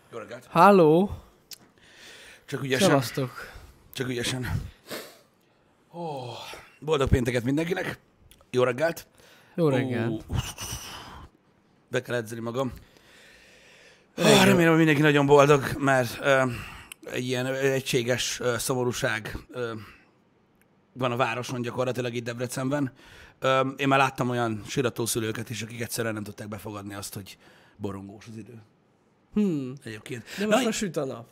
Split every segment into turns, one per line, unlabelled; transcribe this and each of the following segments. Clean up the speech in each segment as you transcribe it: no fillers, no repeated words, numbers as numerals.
Jó reggelt.
Halló!
Csak ügyesen.
Szevasztok!
Csak ügyesen. Boldog pénteket mindenkinek. Jó reggelt.
Jó reggelt.
Be kell edzeni magam. Remélem, hogy mindenki nagyon boldog, mert egy ilyen egységes szomorúság van a városon gyakorlatilag itt Debrecenben. Én már láttam olyan siratószülőket is, akik egyszerűen nem tudták befogadni azt, hogy borongós az idő. Egyébként.
De most már süt a nap.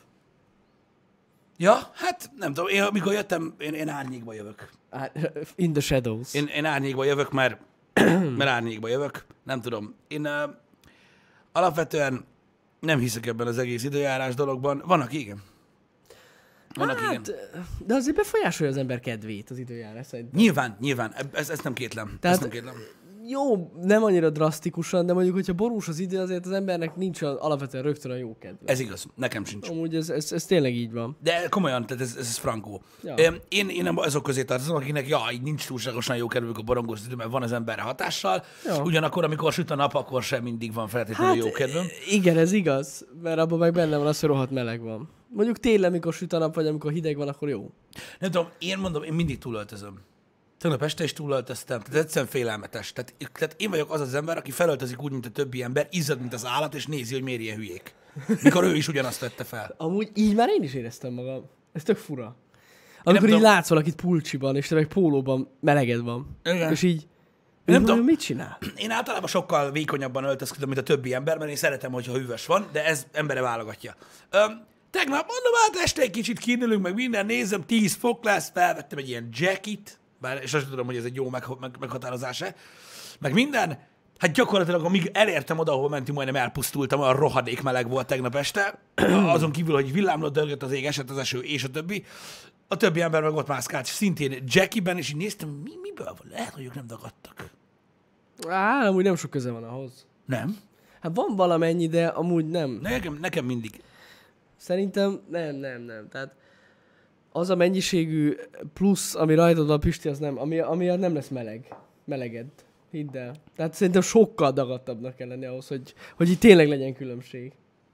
Ja, hát nem tudom, én amikor jöttem, én árnyékba jövök.
In the shadows.
Én árnyékba jövök, mert árnyékba jövök. Nem tudom. Én alapvetően nem hiszek ebben az egész időjárás dologban. Vannak, igen. Vannak, igen.
De azért befolyásolja az ember kedvét az időjárás szerintem.
Nyilván. Ezt nem kétlem.
Tehát,
ezt nem kétlem.
Jó, nem annyira drasztikusan, de mondjuk, hogyha borús az idő, azért az embernek nincs alapvetően rögtön a jó kedve.
Ez igaz. Nekem sincs.
Amúgy ez tényleg így van.
De komolyan, tehát ez frankó.
Ja.
Én azok közé tartozom, akiknek így nincs túlságosan jó kedvük a borongós idő, mert van az emberre hatással.
Ja.
Ugyanakkor, amikor süt a nap, akkor sem mindig van feltétlenül jó kedvem.
Igen, ez igaz, mert abban meg benne van az, hogy rohadt meleg van. Mondjuk télen, amikor süt a nap, vagy amikor hideg van, akkor jó.
Nem tudom, én mindig túlöltözöm. Tegnap este is túlöltöztem, tehát egyszerűen félelmetes. Tehát én vagyok az az ember, aki felöltözik úgy, mint a többi ember, izzad, mint az állat, és nézi, hogy miért ilyen hülyék. Mikor ő is ugyanazt vette fel.
Amúgy így már én is éreztem magam. Ez tök fura. Amikor így
tudom.
látsz valakit pulcsiban, és te meg pólóban meleged van.
Igen.
És így,
Nem
ő
tudom.
mit csinál?
Én általában sokkal vékonyabban öltözködöm, mint a többi ember, mert én szeretem, hogyha hűvös van, de ez embere válogatja. Tegnap mondom, hát este egy kicsit kínülünk, meg minden, nézem, 10 fok lesz, felvettem egy ilyen jacket, bár és azt tudom, hogy ez egy jó meghatározás-e, meg minden. Hát gyakorlatilag, amíg elértem oda, ahol mentünk, majdnem elpusztultam, olyan rohadék meleg volt tegnap este. Azon kívül, hogy villámlott, dörgött az ég, esett az eső, és a többi. A többi ember meg ott mászkált, szintén jackiben, és így néztem, miből van? Lehet, hogy ők nem dagadtak.
Amúgy nem sok köze van ahhoz.
Nem?
Hát van valamennyi, de amúgy nem.
Nekem mindig.
Szerintem nem. Tehát az a mennyiségű plusz, ami rajtad van, Pisti, az nem, ami nem lesz meleged. Hidd el. Tehát szerintem sokkal dagadtabbnak kell lenni ahhoz, hogy itt tényleg legyen különbség.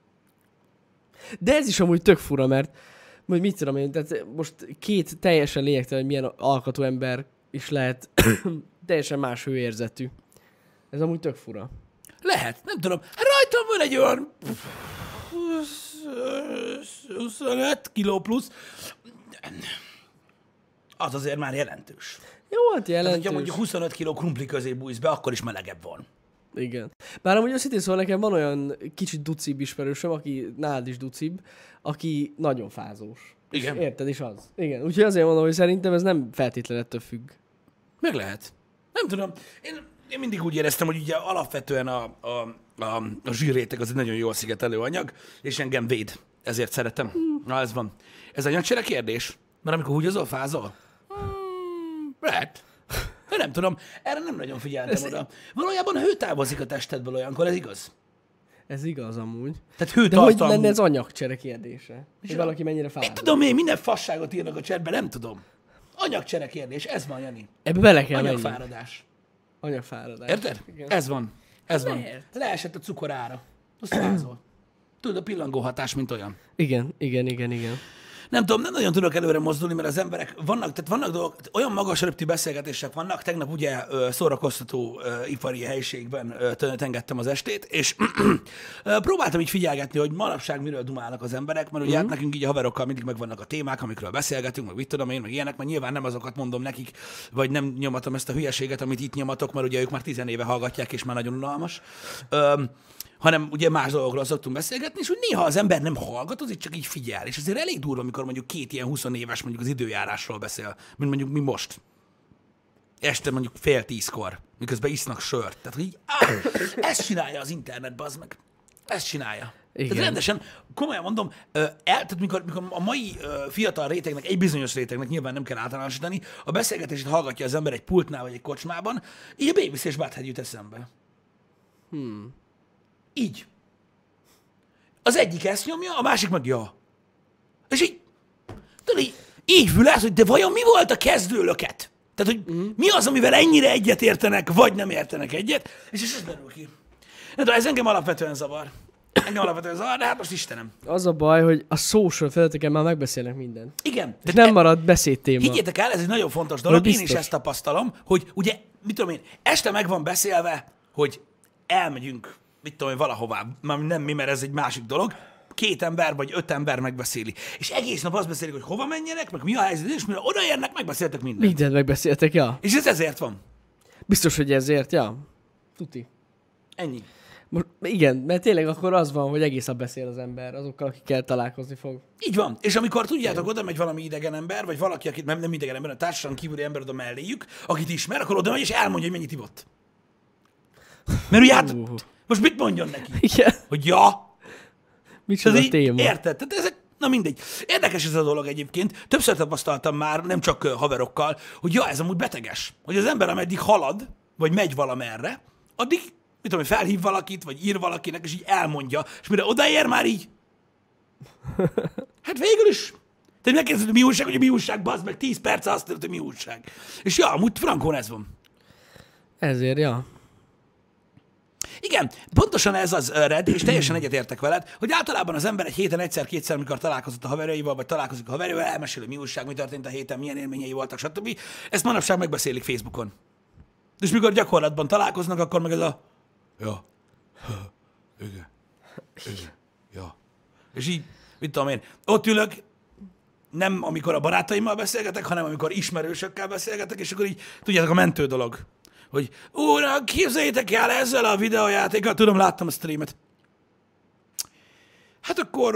De ez is amúgy tök fura, mert hogy mit tudom én, tehát most két teljesen lényegtelen, hogy milyen alkatú ember is lehet teljesen más hőérzetű. Ez amúgy tök fura.
Lehet, nem tudom. Hát rajtam van egy olyan 25 kiló plusz. Az azért már jelentős.
Jó, hát
Tehát,
jelentős.
hogyha mondjuk 25 kiló krumpli közé bújsz be, akkor is melegebb van.
Igen. Bár amúgy őszintén szóval nekem van olyan kicsit ducibb ismerősöm, aki nálad is ducibb, aki nagyon fázós.
Igen.
És érted is az. Igen. Úgyhogy azért mondom, hogy szerintem ez nem feltétlenül ettől függ.
Meg lehet. Nem tudom. Én mindig úgy éreztem, hogy ugye alapvetően a zsírréteg az egy nagyon jól szigetelő anyag, és engem véd. Ezért szeretem. Na, ez van. Ez anyagcsere kérdés. Mert amikor húgyozol, fázol? Lehet. De nem tudom. Erre nem nagyon figyeltem oda. Valójában hő távozik a testedből olyankor, ez igaz?
Ez igaz amúgy.
Tehát
De hogy
hőtartalmú.
lenne ez anyagcsere kérdése? Hogy valaki mennyire
Mit
fázol?
tudom én, minden fasságot írnak a chatben, nem tudom. Anyagcsere kérdés, ez van, Jani.
Ebbe bele kell menni.
Anyagfáradás.
Anyagfáradás.
Érted?
Igen.
Ez van. Ez van.
Lehet.
Leesett a cukorára. Azt fázol. Tudod, a pillangó hatás, mint olyan.
Igen.
Nem tudom, nem nagyon tudok előre mozdulni, mert az emberek vannak dolgok, olyan magas röptű beszélgetések vannak. Tegnap ugye szórakoztató ipari helyiségben tengettem az estét, és próbáltam így figyelgetni, hogy manapság miről dumálnak az emberek, mert ugye hát nekünk így a haverokkal mindig megvannak a témák, amikről beszélgetünk, meg mit tudom én, meg ilyenek, mert nyilván nem azokat mondom nekik, vagy nem nyomatom ezt a hülyeséget, amit itt nyomatok, mert ugye ők már 10 éve hallgatják, és már nagyon unalmas. Hanem ugye más dolgokról szoktunk beszélgetni, és hogy néha az ember nem hallgatozik, csak így figyel. És azért elég durva, amikor mondjuk két ilyen 20 éves mondjuk az időjárásról beszél, mint mondjuk mi most. Este mondjuk 9:30, miközben isznak sört. Tehát, hogy így, ezt csinálja az internet, bazd meg. Ezt csinálja.
Igen.
Tehát rendesen, komolyan mondom, tehát mikor a mai fiatal rétegnek, egy bizonyos rétegnek nyilván nem kell általánosítani, a beszélgetését hallgatja az ember egy pultnál vagy egy kocsmában, így a Beavis és Butthead jut eszembe. Így. Az egyik ezt nyomja, a másik meg ja. És így, tudod, így fülelsz, hogy de vajon mi volt a kezdőlöket? Tehát, hogy mi az, amivel ennyire egyet értenek, vagy nem értenek egyet, és ez derül ki. Nem tudom, ez engem alapvetően zavar. Engem alapvetően zavar, de hát most Istenem.
Az a baj, hogy a social felületeken már megbeszélnek mindent.
Igen.
És nem marad beszédtéma.
Higgyétek el, ez egy nagyon fontos dolog, én is
biztos.
ezt tapasztalom, hogy ugye, mit tudom én, este meg van beszélve, hogy elmegyünk, mit tudom én, valahová, már nem mi, mert ez egy másik dolog, 2 ember vagy 5 ember megbeszéli. És egész nap azt beszélik, hogy hova menjenek, meg mi a helyzet, és mire odaérnek, megbeszéltek mindent.
Mindent megbeszéltek, ja.
És ez ezért van.
Biztos, hogy ezért, ja. Tuti.
Ennyi.
Most, igen, mert tényleg akkor az van, hogy egész nap beszél az ember azokkal, akikkel találkozni fog.
Így van. És amikor tudjátok, oda megy valami idegen ember, vagy valaki, akit nem idegen ember, a társaság kívüli ember oda melléjük, akit ismer, akkor oda megy és elmondja, hogy mennyit ivott. Mert ugye hát, most mit mondjon neki?
Igen.
Hogy ja,
Micsoda
így,
téma.
érted? Tehát ezek, na mindegy. Érdekes ez a dolog egyébként. Többször tapasztaltam már, nem csak haverokkal, hogy ja, ez amúgy beteges. Hogy az ember, ameddig halad, vagy megy valamerre, addig, mit tudom, felhív valakit, vagy ír valakinek, és így elmondja, és mire odaér már így, hát végül is. Te megkérdezed, hogy mi újság, hogy mi újság, bazd meg, 10 perc azt mondod, hogy mi újság. És ja, amúgy frankón ez van.
Ezért, ja.
Igen, pontosan ez az, Red, és teljesen egyetértek veled, hogy általában az ember egy héten egyszer-kétszer, amikor találkozott a haverjaival, vagy találkozik a haverjaival, elmesél, hogy mi újság, mi történt a héten, milyen élményei voltak, stb. Ezt manapság megbeszélik Facebookon. És mikor gyakorlatban találkoznak, akkor meg ez a... Ja. Igen. Igen. Ja. És így, mit tudom én, ott ülök, nem amikor a barátaimmal beszélgetek, hanem amikor ismerősökkel beszélgetek, és akkor így, tudjátok, a mentő dolog. Hogy, úr, képzeljétek el ezzel a videójátékkal, tudom, láttam a streamet. Hát akkor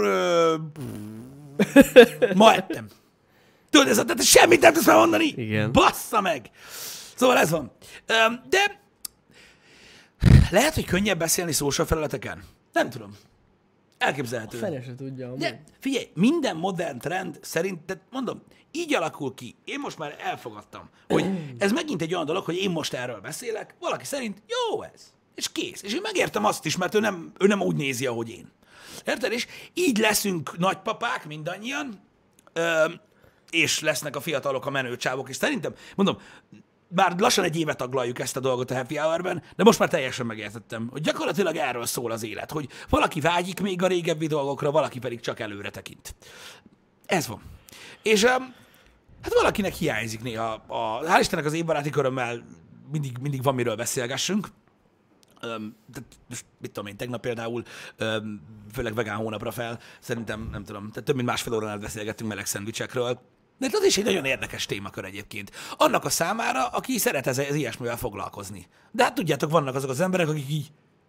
ma ettem. Tudod, tehát semmit nem tudsz már mondani.
Igen.
Bassza meg! Szóval ez van. De lehet, hogy könnyebb beszélni social felületeken? Nem tudom. Elképzelhető.
Fene se tudja. amúgy.
De figyelj, minden modern trend szerint, tehát mondom, így alakul ki. Én most már elfogadtam, hogy ez megint egy olyan dolog, hogy én most erről beszélek, valaki szerint jó ez, és kész. És én megértem azt is, mert ő nem úgy nézi, ahogy én. Érted? És így leszünk nagypapák mindannyian, és lesznek a fiatalok, a menő csávok, és szerintem, mondom, már lassan egy éve taglaljuk ezt a dolgot a Happy Hour-ben, de most már teljesen megértettem, hogy gyakorlatilag erről szól az élet, hogy valaki vágyik még a régebbi dolgokra, valaki pedig csak előre tekint. Ez van. És hát valakinek hiányzik néha. Hál' Istennek az évbaráti körömmel mindig van miről beszélgessünk. Most mit tudom én, tegnap például, főleg vegán hónapra fel, szerintem, nem tudom, tehát több mint másfél órán beszélgettünk meleg szendvicsekről. De az is egy nagyon érdekes témakör egyébként. Annak a számára, aki szeret ez ilyesmivel foglalkozni. De hát tudjátok, vannak azok az emberek, akik így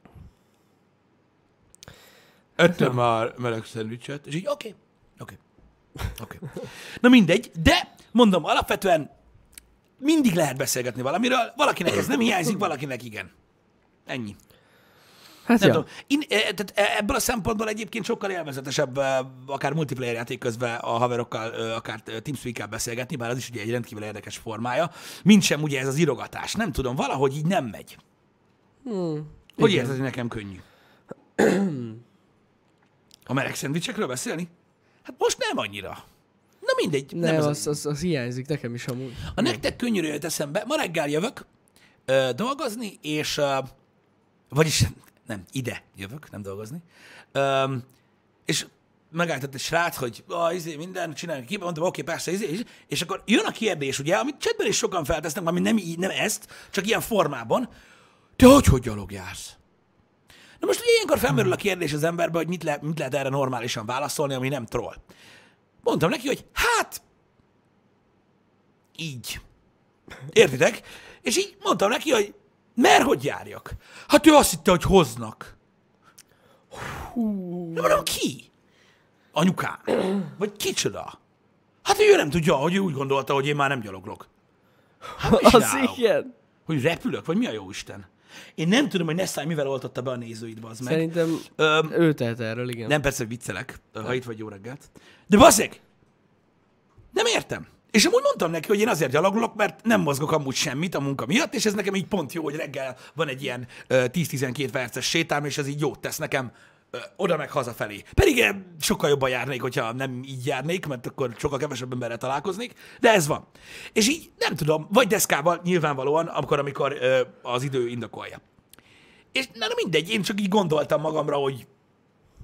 ettem már meleg szendvicset, és így oké. Na mindegy, de mondom, alapvetően mindig lehet beszélgetni valamiről, valakinek ez nem hiányzik, valakinek igen. Ennyi.
Hát
Nem
ja.
tudom. Tehát ebből a szempontból egyébként sokkal élvezetesebb akár multiplayer játék közben a haverokkal, akár TeamSpeak-kel beszélgetni, bár az is ugye egy rendkívül érdekes formája, mint sem ugye ez az írogatás. Nem tudom, valahogy így nem megy. Hogy érzed, hogy nekem könnyű? A meleg szendvicsekről beszélni? Hát most nem annyira. Na mindegy.
Nem,
ez
az hiányzik nekem is amúgy.
a nektek könnyűre jött eszembe, ma reggel jövök dolgozni, és vagyis nem, ide jövök, nem dolgozni, és megállított egy srác, hogy minden csináljuk ki, mondtam, oké, persze, és akkor jön a kérdés, ugye, amit chatben is sokan feltesznek, ami nem ezt, csak ilyen formában, te hogy gyalogjársz? Na most ugye ilyenkor felmerül a kérdés az emberbe, hogy mit lehet erre normálisan válaszolni, ami nem troll. Mondtam neki, hogy hát, így. Értitek? És így mondtam neki, hogy mert hogy járjak? Hát ő azt hitte, hogy hoznak. Nem mondom, ki? Anyukám. Vagy kicsoda? Hát ő nem tudja, hogy ő úgy gondolta, hogy én már nem gyaloglok. Hát mi
Az
csinálok?
igen.
Hogy repülök? Vagy mi a jó Isten? Én nem tudom, hogy Nessai mivel oltotta be a nézőit, bazd meg.
Szerintem ő tehet erről, igen.
Nem, persze, hogy viccelek, ha itt vagy, jó reggelt. De bazzeg! Nem értem. És amúgy mondtam neki, hogy én azért gyalogolok, mert nem mozgok amúgy semmit a munka miatt, és ez nekem így pont jó, hogy reggel van egy ilyen 10-12 perces sétám, és ez így jót tesz nekem oda meg hazafelé. Pedig sokkal jobban járnék, hogyha nem így járnék, mert akkor sokkal kevesebb emberrel találkoznék, de ez van. És így nem tudom, vagy deszkával nyilvánvalóan, amikor az idő indokolja. És na mindegy, én csak így gondoltam magamra, hogy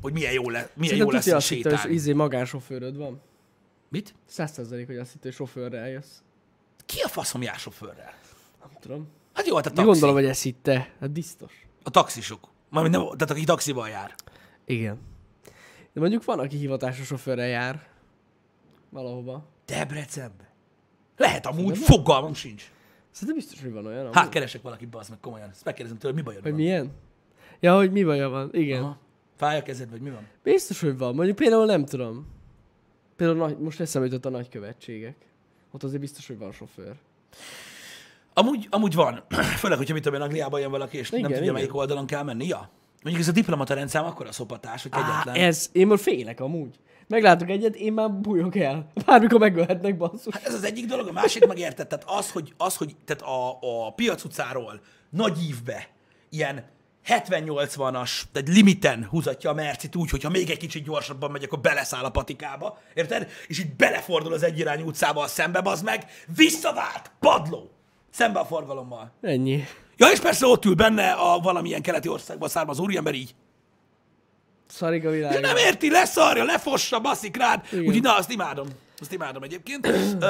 hogy milyen jó lesz
Szerintem azt
sétálni.
hitte, hogy magánsofőröd van.
Mit?
100%, hogy azt hitte, hogy sofőrrel jössz.
Ki a faszom jár sofőrrel?
Nem tudom.
Hát jó, hát a
De
taxi.
gondolom, hogy ezt hitte. Hát biztos.
A taxisok. Mármint nem, tehát aki taxival jár.
Igen. De mondjuk van, aki hivatásos sofőrrel jár. Valahova.
Debrecenbe. Lehet amúgy, fogalmam sincs.
Szerintem biztos, hogy van olyan.
Hát keresek valakit, bazd meg komolyan. Ezt megkérdezem tőle, mi bajod
Hogy
van?
milyen? Ja, hogy mi baja van. Igen.
Aha. Fáj a kezed, vagy mi van?
Biztos, hogy van. Mondjuk például nem tudom. Például most eszembe jutott a nagykövetségek. Ott azért biztos, hogy van sofőr.
Amúgy van. Főleg, hogyha mit tudom én, Angliába jön valaki, és nem tudja,
igen.
melyik oldalon kell menni. Ja. Mondjuk ez a diplomata rendszám akkora szopatás, hogy egyetlen.
Én már félek amúgy. Meglátok egyet, én már bújok el. Bármikor megölhetnek, basszus.
Hát ez az egyik dolog, a másik meg érted, tehát az, hogy tehát a piac utcáról nagy ívbe ilyen 70-80-as, tehát limiten húzatja a Mercit úgy, hogyha még egy kicsit gyorsabban megy, akkor beleszáll a patikába, érted? És így belefordul az egyirányú utcába a szembe, bazd meg, visszavált, padló, szembe a forgalommal.
Ennyi.
Ja, és persze ott ül benne a valamilyen keleti országban származó úriember így.
Szarik a világ.
Ja, nem érti, leszarja, lefossa, baszik rád. Úgyhogy na, azt imádom. Azt imádom egyébként.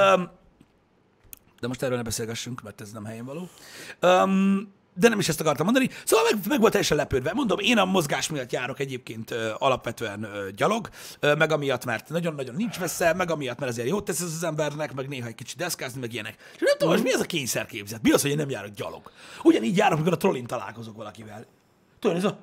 De most erről ne beszélgessünk, mert ez nem helyén való. De nem is ezt akartam mondani. Szóval meg volt teljesen lepődve. Mondom, én a mozgás miatt járok egyébként alapvetően gyalog, meg amiatt, mert nagyon-nagyon nincs messze, meg amiatt, mert azért jót tesz ez az embernek, meg néha egy kicsit deszkázni, meg ilyenek. És nem tudom, hogy mi az a kényszerképzet? Mi az, hogy én nem járok gyalog? Ugyanígy járok, amikor a trollin találkozok valakivel. Tudod, ez a...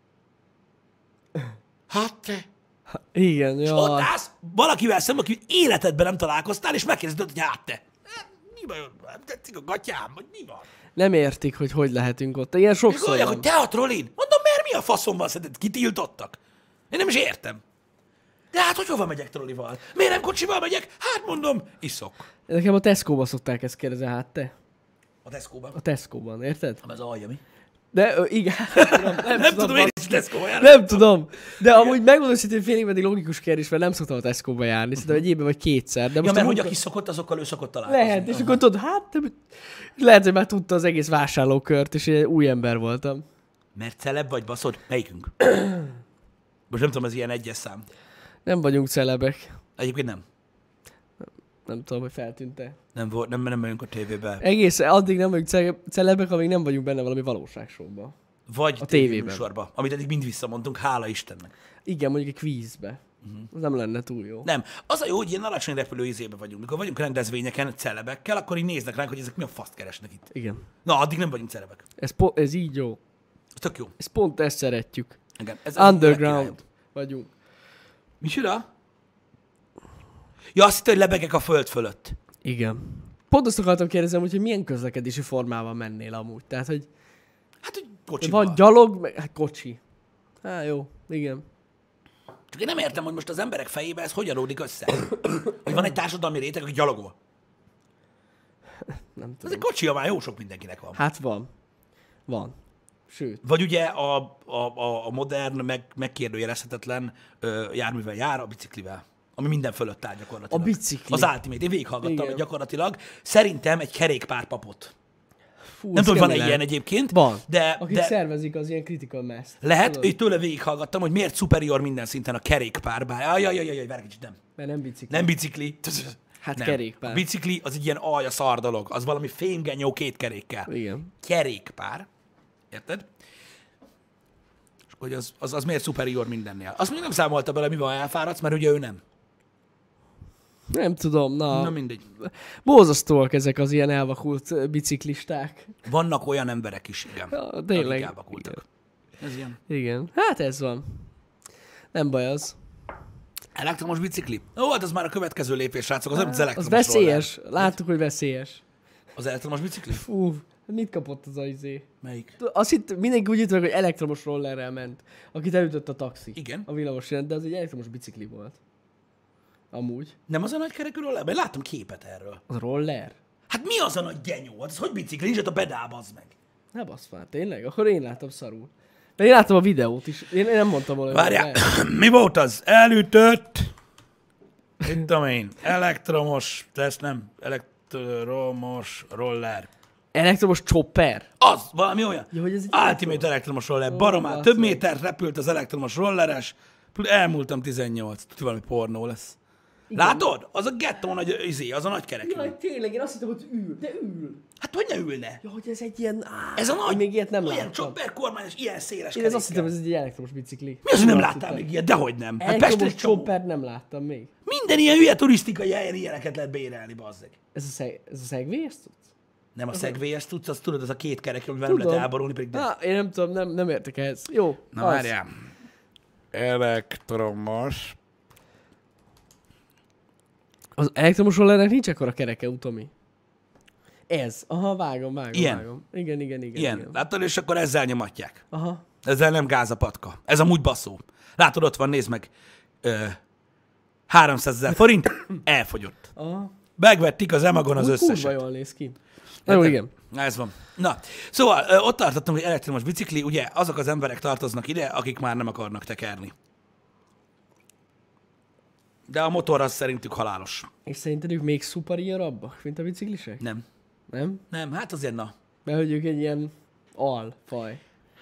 Hát te...
Igen,
És
jó.
ott állsz valakivel szemben, aki életedben nem találkoztál, és megkérdezed, hogy hát te. Mi bajod? Tetszik a gatyám, vagy mi van?
Nem értik, hogy lehetünk ott. Ilyen
És
sokszor
gondolják,
van.
hogy te a trollin. Mondom, mert mi a faszomban szerinted kitiltottak? Én nem is értem. De hát, hogy hova megyek trollival? Miért nem kocsival megyek? Hát mondom, iszok.
Nekem a Tesco-ba szokták ezt kérdezni, hát te.
A Tesco-ban.
A Tesco-ban, érted?
Ez a alja, mi?
De igen.
Nem tudom, én is Tesco-ban járok.
Nem tudom. De amúgy megmondom, hogy félig meddig logikus kérdés, mert nem szoktam a Tesco-ba járni. Szerintem egy évben vagy kétszer. De
Ja,
most
mert
a
hogy
munka-
aki szokott, azokkal ő szokott találkozni.
Lehet, és akkor tudod, hát lehet, hogy már tudta az egész vásárlókört, és egy új ember voltam.
Mert celeb vagy, baszod? Melyikünk? Most nem tudom, ez ilyen egyes szám.
Nem vagyunk celebek.
Egyébként nem.
Nem tudom, hogy feltűnt-e.
Nem megyünk a tévébe.
Egész addig nem vagyunk celebek, amíg nem vagyunk benne valami valóságsóban.
Vagy
A
tévében.
tévében.
Amit eddig mind visszamondtunk, hála Istennek.
Igen, mondjuk egy kvízbe. Az nem lenne túl jó.
Nem. Az a jó, hogy ilyen alacsony repülő izébe vagyunk. Mikor vagyunk rendezvényeken celebekkel, akkor így néznek ránk, hogy ezek mi a faszt keresnek itt.
Igen.
Na, addig nem vagyunk celebek.
Ez így jó.
Ez tök jó.
Pont ezt szeretjük.
Igen. Ez
Underground vagyunk.
Micsoda? Ja, azt hitt, hogy lebegek a föld fölött.
Igen. Pont azt akartam kérdezni, hogy milyen közlekedési formával mennél amúgy. Tehát, hogy
Hát, hogy kocsival.
van gyalog, meg hát kocsi. Hát jó, igen.
Csak én nem értem, hogy most az emberek fejébe ez hogyan adódik össze. Hogy van egy társadalmi réteg, aki gyalogol.
Nem
Ez
tudom.
egy kocsia már jó sok mindenkinek van.
Hát van. Van. Sőt.
Vagy ugye a modern, megkérdőjelezhetetlen járművel jár, a biciklivel. Ami minden fölött áll gyakorlatilag.
A bicikli.
Az Ultimate. Én végighallgattam,
Igen.
hogy gyakorlatilag szerintem egy kerékpárpapot.
Fú,
Nem
ez
tudom, hogy van-e
kemény
ilyen
lehet.
egyébként.
Van.
De,
Akik
de
szervezik az ilyen critical mass-t.
lehet,
Tudod?
hogy tőle végighallgattam, hogy miért superior minden szinten a kerékpár. Jaj, várj kicsit, nem.
Mert nem bicikli.
Nem bicikli.
Hát
nem.
kerékpár.
A bicikli az egy ilyen alja szar dolog. Az valami fémgenyó két kerékkel.
Igen.
Kerékpár. Érted? És hogy az miért superior mindennél. Azt még nem számolta bele, mi van, elfáradsz, mert ugye ő nem.
Nem tudom,
Na mindegy.
Borzasztóak ezek az ilyen elvakult biciklisták.
Vannak olyan emberek is, igen.
Ja, tényleg.
Akik elvakultak. Ez ilyen.
Igen. Hát ez van. Nem baj az.
Elektromos bicikli? Ó, hát az már a következő lépés, srácok. Az, az
Az
elektromos
veszélyes.
roller.
Láttuk, hogy veszélyes.
Az elektromos bicikli?
Fú, mit kapott az a izé?
Melyik?
Azt hitt, mindenki úgy hittek, hogy elektromos rollerrel ment. Akit elütött a taxi.
Igen.
A villamos jelen, de az egy elektromos bicikli volt. Amúgy.
Nem az a nagy kerekű roller? Mert láttam képet erről.
Az roller?
Hát mi az a nagy genyó? Az hogy bicikli? Nincs ott a pedál, bazd meg.
Ne basz már, tényleg? Akkor én láttam szarul. De én láttam a videót is. Én nem mondtam volna, hogy
Várjál,
roller.
mi volt az? Elütött. Mit tudom én? Elektromos, ez nem, elektromos roller.
Elektromos chopper?
Az, valami olyan.
Ja, hogy ez egy
Ultimate elektromos roller. Baromán.
basszus.
Több méter repült az elektromos rolleres. Elmúltam 18. Tudja, valami pornó lesz. Igen. Látod? Az a gettó nagy az a nagy kerekű.
Jaj, tényleg, én azt hittem, hogy ül. De ül.
Hát hogy ne ülne?
Ja, hogy ez egy ilyen...
Ez a nagy,
még ilyet nem
olyan
láttam.
chopper kormányos, ilyen széles
Én azt hittem, hogy ez egy elektromos bicikli.
Mi az, hogy nem láttál még ilyet? Dehogy nem. Hát
Elektromos chopper nem láttam még.
Minden ilyen hülye turisztikai helyen ilyeneket lehet bérelni, bazzeg.
Ez a Segway, ezt tudsz?
Nem a Segway, ezt tudsz, azt tudod, az a két kerek, amivel nem lehet elborulni, pedig de.
Én nem tudom, nem értek ehhez. Jó,
na várjál. Elektromos.
Az elektromos rollernek nincs ekkora kereke, utomi. Ez. Aha, vágom.
Ilyen.
Igen.
Ilyen. Látod, és akkor ezzel nyomatják.
Aha.
Ezzel nem gáz a patka. Ez amúgy baszó. Látod, ott van, nézd meg. 300 000 forint, elfogyott.
Aha.
Megvették az Emagon az összeset.
Kurva jól néz ki. Na jó, igen.
Ez van. Na, szóval ott tartottam, hogy elektromos bicikli, ugye azok az emberek tartoznak ide, akik már nem akarnak tekerni. De a motor az szerintük halálos.
És szerinted ők még szuperiarabbak, mint a biciklisek?
Nem.
Nem?
Nem, hát azért na.
Mert hogy ők egy ilyen alfaj.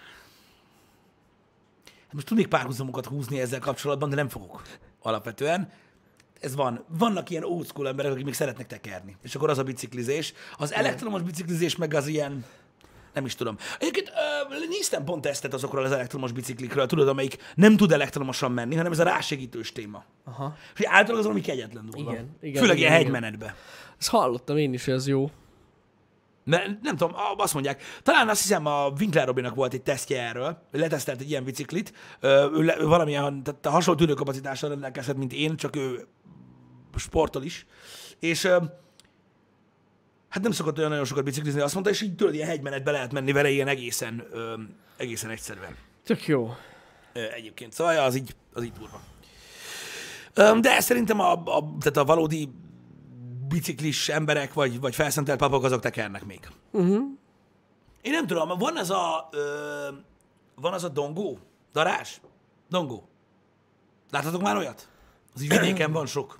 Hát most tudnék párhuzamokat húzni ezzel kapcsolatban, de nem fogok. Alapvetően. Ez van. Vannak ilyen old school emberek, akik még szeretnek tekerni. És akkor az a biciklizés. Az elektromos biciklizés meg az ilyen... Nem is tudom. Egyébként néztem pont tesztet azokról az elektromos biciklikről, tudod, amelyik nem tud elektromosan menni, hanem ez a rásegítős téma.
Aha.
És általában az valami kegyetlen dolga.
Igen,
főleg ilyen hegymenetbe.
Ezt hallottam én is, hogy ez jó.
Nem tudom, azt mondják, talán azt hiszem a Winkler Robinak volt egy tesztje erről, hogy letesztelt egy ilyen biciklit, ő valamilyen, tehát hasonló tűrőkapacitással rendelkezhet, mint én, csak ő sportol is, és hát nem szokott olyan nagyon sokat biciklizni, azt mondta, és így tudod, ilyen hegymenetbe lehet menni vele ilyen egészen egyszerűen.
Tök jó.
Egyébként, szóval az így durva. De szerintem tehát a valódi biciklis emberek, vagy felszentelt papok, azok tekernek még. Én nem tudom, van az a dongó? Darázs? Dongó. Láttatok már olyat? Az így vidéken van sok.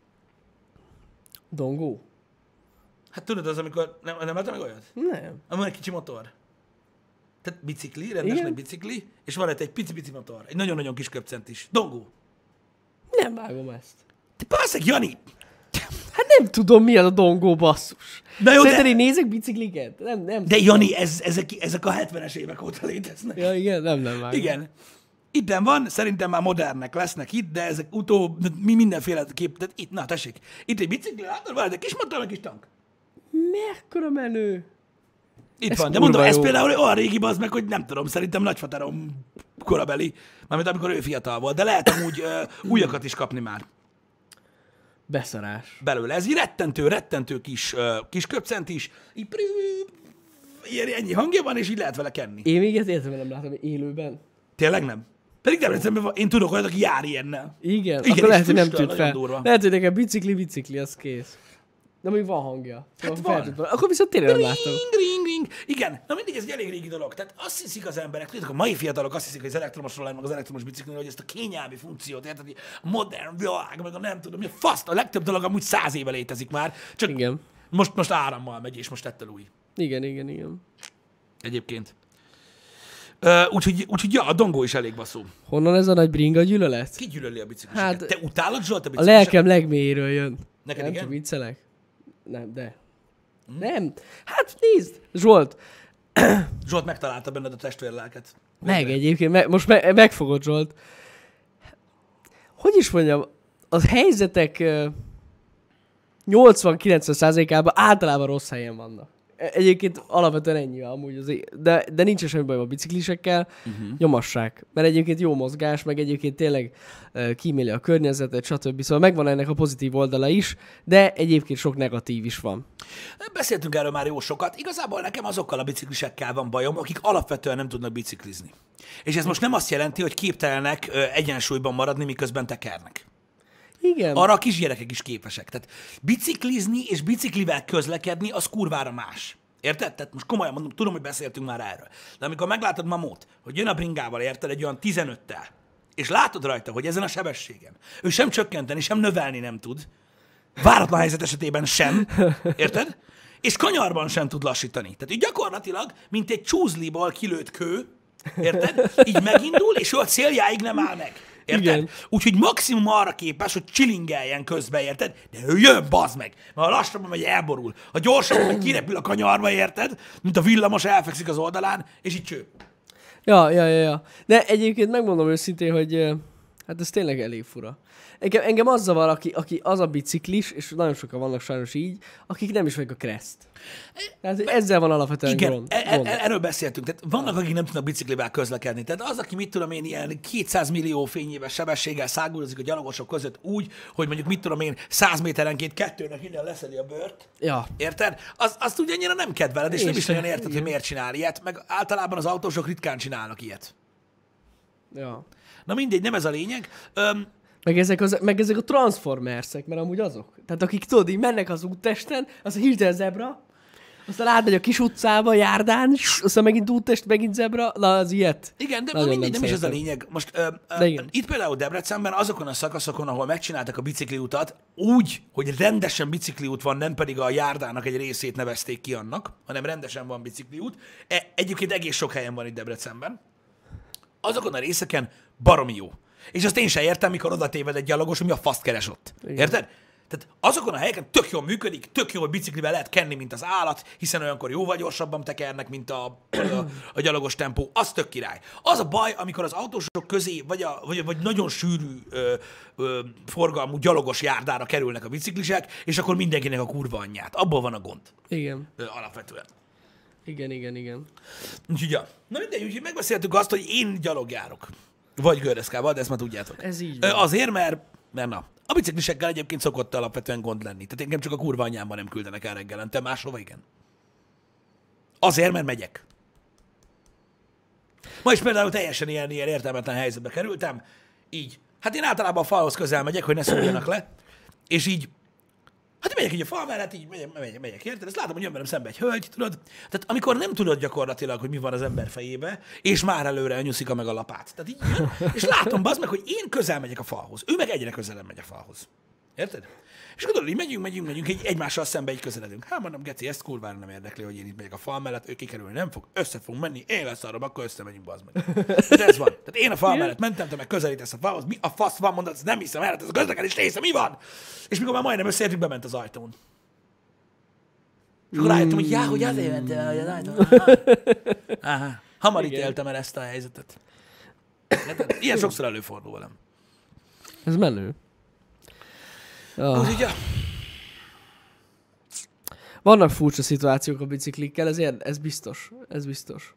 Dongó?
Hát tudod, az amikor... Nem láttam meg olyat?
Nem.
Van egy kicsi motor. Tehát bicikli, rendes nagy bicikli, és van egy pici motor. Egy nagyon-nagyon kis köpcent is. Dongó.
Nem vágom ezt.
Te passzeg, Jani!
Hát nem tudom, milyen a dongó, basszus.
Na jó,
Szerinted én nézek bicikliket? Nem.
De Jani, ezek a 70-es évek óta léteznek.
Ja, igen, nem vágom.
Igen. Itten van, szerintem már modernek lesznek itt, de ezek mi mindenféle kép... Tehát itt, na tessék, itt egy bicikli, látod, van egy kis motor, meg kis tank.
Mekkora menő.
Itt
ez
van, de mondom, ez
jó.
például olyan régi az meg, hogy nem tudom, szerintem nagyfaterom korabeli, mármint amikor ő fiatal volt, de lehet amúgy újakat is kapni már
Beszarás.
belőle. Ez így rettentő kis köpcent is, így ennyi hangja van, és így lehet vele kenni.
Én még ezt értem, nem látom élőben.
Tényleg nem? Pedig Debrecenben van, én tudok olyat, aki jár ilyennel.
Igen,
Igen,
akkor lehet,
és
hogy nem
füstöl,
tűnt
nagyon
fel.
durva.
Lehet, hogy nekem bicikli, az kész. De még van hangja.
Hát
Szóval
van.
Akkor viszont tényleg nem láttam.
Ring. Igen, na mindig ez egy elég régi dolog. Tehát azt hiszik az emberek, tudjátok, a mai fiatalok azt hiszik, hogy az elektromos roller, meg az elektromos bicikli, hogy ezt a kényelmi funkciót, érted, hogy a modern világ, meg a nem tudom, mi a fasz, a legtöbb dolog amúgy 100 éve létezik már, csak
Igen.
most árammal megy, és most ettől új.
Igen.
Egyébként. Úgyhogy ja, a dongó is elég baszó.
Honnan ez a nagy bringa gyűlölet?
Ki gyűlöli a bicikliseket?
Hát,
te utálod, Zsolt, a
A
bicikliseket?
lelkem legmélyéről jön.
Neked
nem
igen?
csak viccelek. Nem, de. Nem. Hát nézd, Zsolt.
Zsolt megtalálta benned a testvérlelket.
Egyébként, most megfogod, Zsolt. Hogy is mondjam, az helyzetek 80-90%-ában általában rossz helyen vannak. Egyébként alapvetően ennyi amúgy, de nincs semmi bajom a biciklisekkel, nyomassák. Mert egyébként jó mozgás, meg egyébként tényleg kíméli a környezetet, stb. Szóval megvan ennek a pozitív oldala is, de egyébként sok negatív is van.
Beszéltünk erről már jó sokat. Igazából nekem azokkal a biciklisekkel van bajom, akik alapvetően nem tudnak biciklizni. És ez most nem azt jelenti, hogy képtelenek egyensúlyban maradni, miközben tekernek.
Igen.
Arra a kisgyerekek is képesek. Tehát biciklizni és biciklivel közlekedni, az kurvára más. Érted? Tehát most komolyan mondom, tudom, hogy beszéltünk már erről. De amikor meglátod Mamót, hogy jön a bringával, érted, egy olyan 15-tel, és látod rajta, hogy ezen a sebességen ő sem csökkenteni, sem növelni nem tud, váratlan helyzet esetében sem, érted? És kanyarban sem tud lassítani. Tehát ő gyakorlatilag, mint egy csúzliból kilőtt kő, érted? Így megindul, és ő a céljáig nem áll meg. Érted?
Igen.
Úgyhogy maximum arra képes, hogy chillingeljen közbe, érted? De ő jön, bazd meg! Mert ha lassabban megy, elborul. Ha gyorsabban meg kirepül a kanyarba, érted? Mint a villamos, elfekszik az oldalán, és így cső.
Ja. De egyébként megmondom őszintén, hogy hát ez tényleg elég fura. Engem az zavar, aki az a biciklis, és nagyon sokan vannak sajnos így, akik nem is vagyok a Crest. Tehát hogy ezzel van alapvetően
Igen,
gond.
erről beszéltünk. Tehát vannak, akik nem tudnak biciklivel közlekedni. Tehát az, aki mit tudom én, ilyen 200 millió fényéves sebességgel száguldozik a gyalogosok között úgy, hogy mondjuk mit tudom én, 100 méterenként kettőnek innen leszedi a bőrt.
Ja.
Érted? Azt ugye annyira nem kedveled, és
Én
nem is
sem.
nagyon érted, hogy
Igen.
miért csinál ilyet, meg általában az autósok ritkán csinálnak ilyet.
Ja.
Na mindegy, nem ez a lényeg.
Meg ezek a transformersek, mert amúgy azok. Tehát akik tudod, így mennek az úttesten, aztán hirtelen zebra, aztán átmegy a kis utcába, járdán, aztán megint úttest, megint zebra, na az ilyet.
Igen, de
Nagyon
mindegy, nem is ez a
szeretem.
lényeg. Most
igen.
itt például Debrecenben azokon a szakaszokon, ahol megcsináltak a bicikliutat, úgy, hogy rendesen bicikliút van, nem pedig a járdának egy részét nevezték ki annak, hanem rendesen van bicikliút. Egyébként egész sok helyen van itt Debrecenben. Azokon a részeken baromi jó. És azt én sem értem, mikor oda téved egy gyalogos, hogy mi a faszt keres ott.
Igen.
Érted? Tehát azokon a helyeken tök jól működik, tök jó, hogy biciklivel lehet kenni, mint az állat, hiszen olyankor jóval gyorsabban tekernek, mint a gyalogos tempó. Az tök király. Az a baj, amikor az autósok közé, vagy nagyon sűrű forgalmú gyalogos járdára kerülnek a biciklisek, és akkor mindenkinek a kurva anyját. Abból van a gond.
Igen.
Alapvetően.
Igen.
Úgyhogy, ja. Na mindegy, úgyhogy megbeszéltük azt, hogy én gyalogjárok. Vagy gördeszkával, de ezt már tudjátok.
Ez így van.
Azért, mert na. A biciklisekkel egyébként szokott alapvetően gond lenni. Tehát engem csak a kurva anyámban nem küldenek el reggelente, máshova igen. Azért, mert megyek. Ma is például teljesen ilyen értelmetlen helyzetbe kerültem. Így. Hát én általában a falhoz közel megyek, hogy ne szóljanak le. És így, hát megyek így a fal mellett, így megyek, érted? Ezt látom, hogy jön velem szembe egy hölgy, tudod? Tehát amikor nem tudod gyakorlatilag, hogy mi van az ember fejébe, és már előre elnyúszik meg a lapát. Tehát így jön, és látom, bazd meg, hogy én közel megyek a falhoz. Ő meg egyre közelebb megy a falhoz. Érted? És akkor így megyünk, így egymással szembe így közeledünk. Hát mondom, Geci, ezt kurvára nem érdekli, hogy én itt megyek a fal mellett, ő kikerülni nem fog, össze fogunk menni, én leszarom, akkor összemegyünk, bazd meg. Tehát ez van. Tehát én a fal mellett mentem, te meg közelítesz a falhoz, mi a fasz van, mondod, nem hiszem el, ez a közlekedés része, mi van? És mikor már majdnem összeértünk, bement az ajtón. És akkor rájöttem, hogy hogy azért mentél el az ajtón. Aha. Hamar ítéltem el ezt a helyzetet. Ilyen sokszor előfordul velem.
Ez menő.
Úgyhogy, ja.
Vannak furcsa szituációk a biciklikkel, ez biztos. Ez biztos.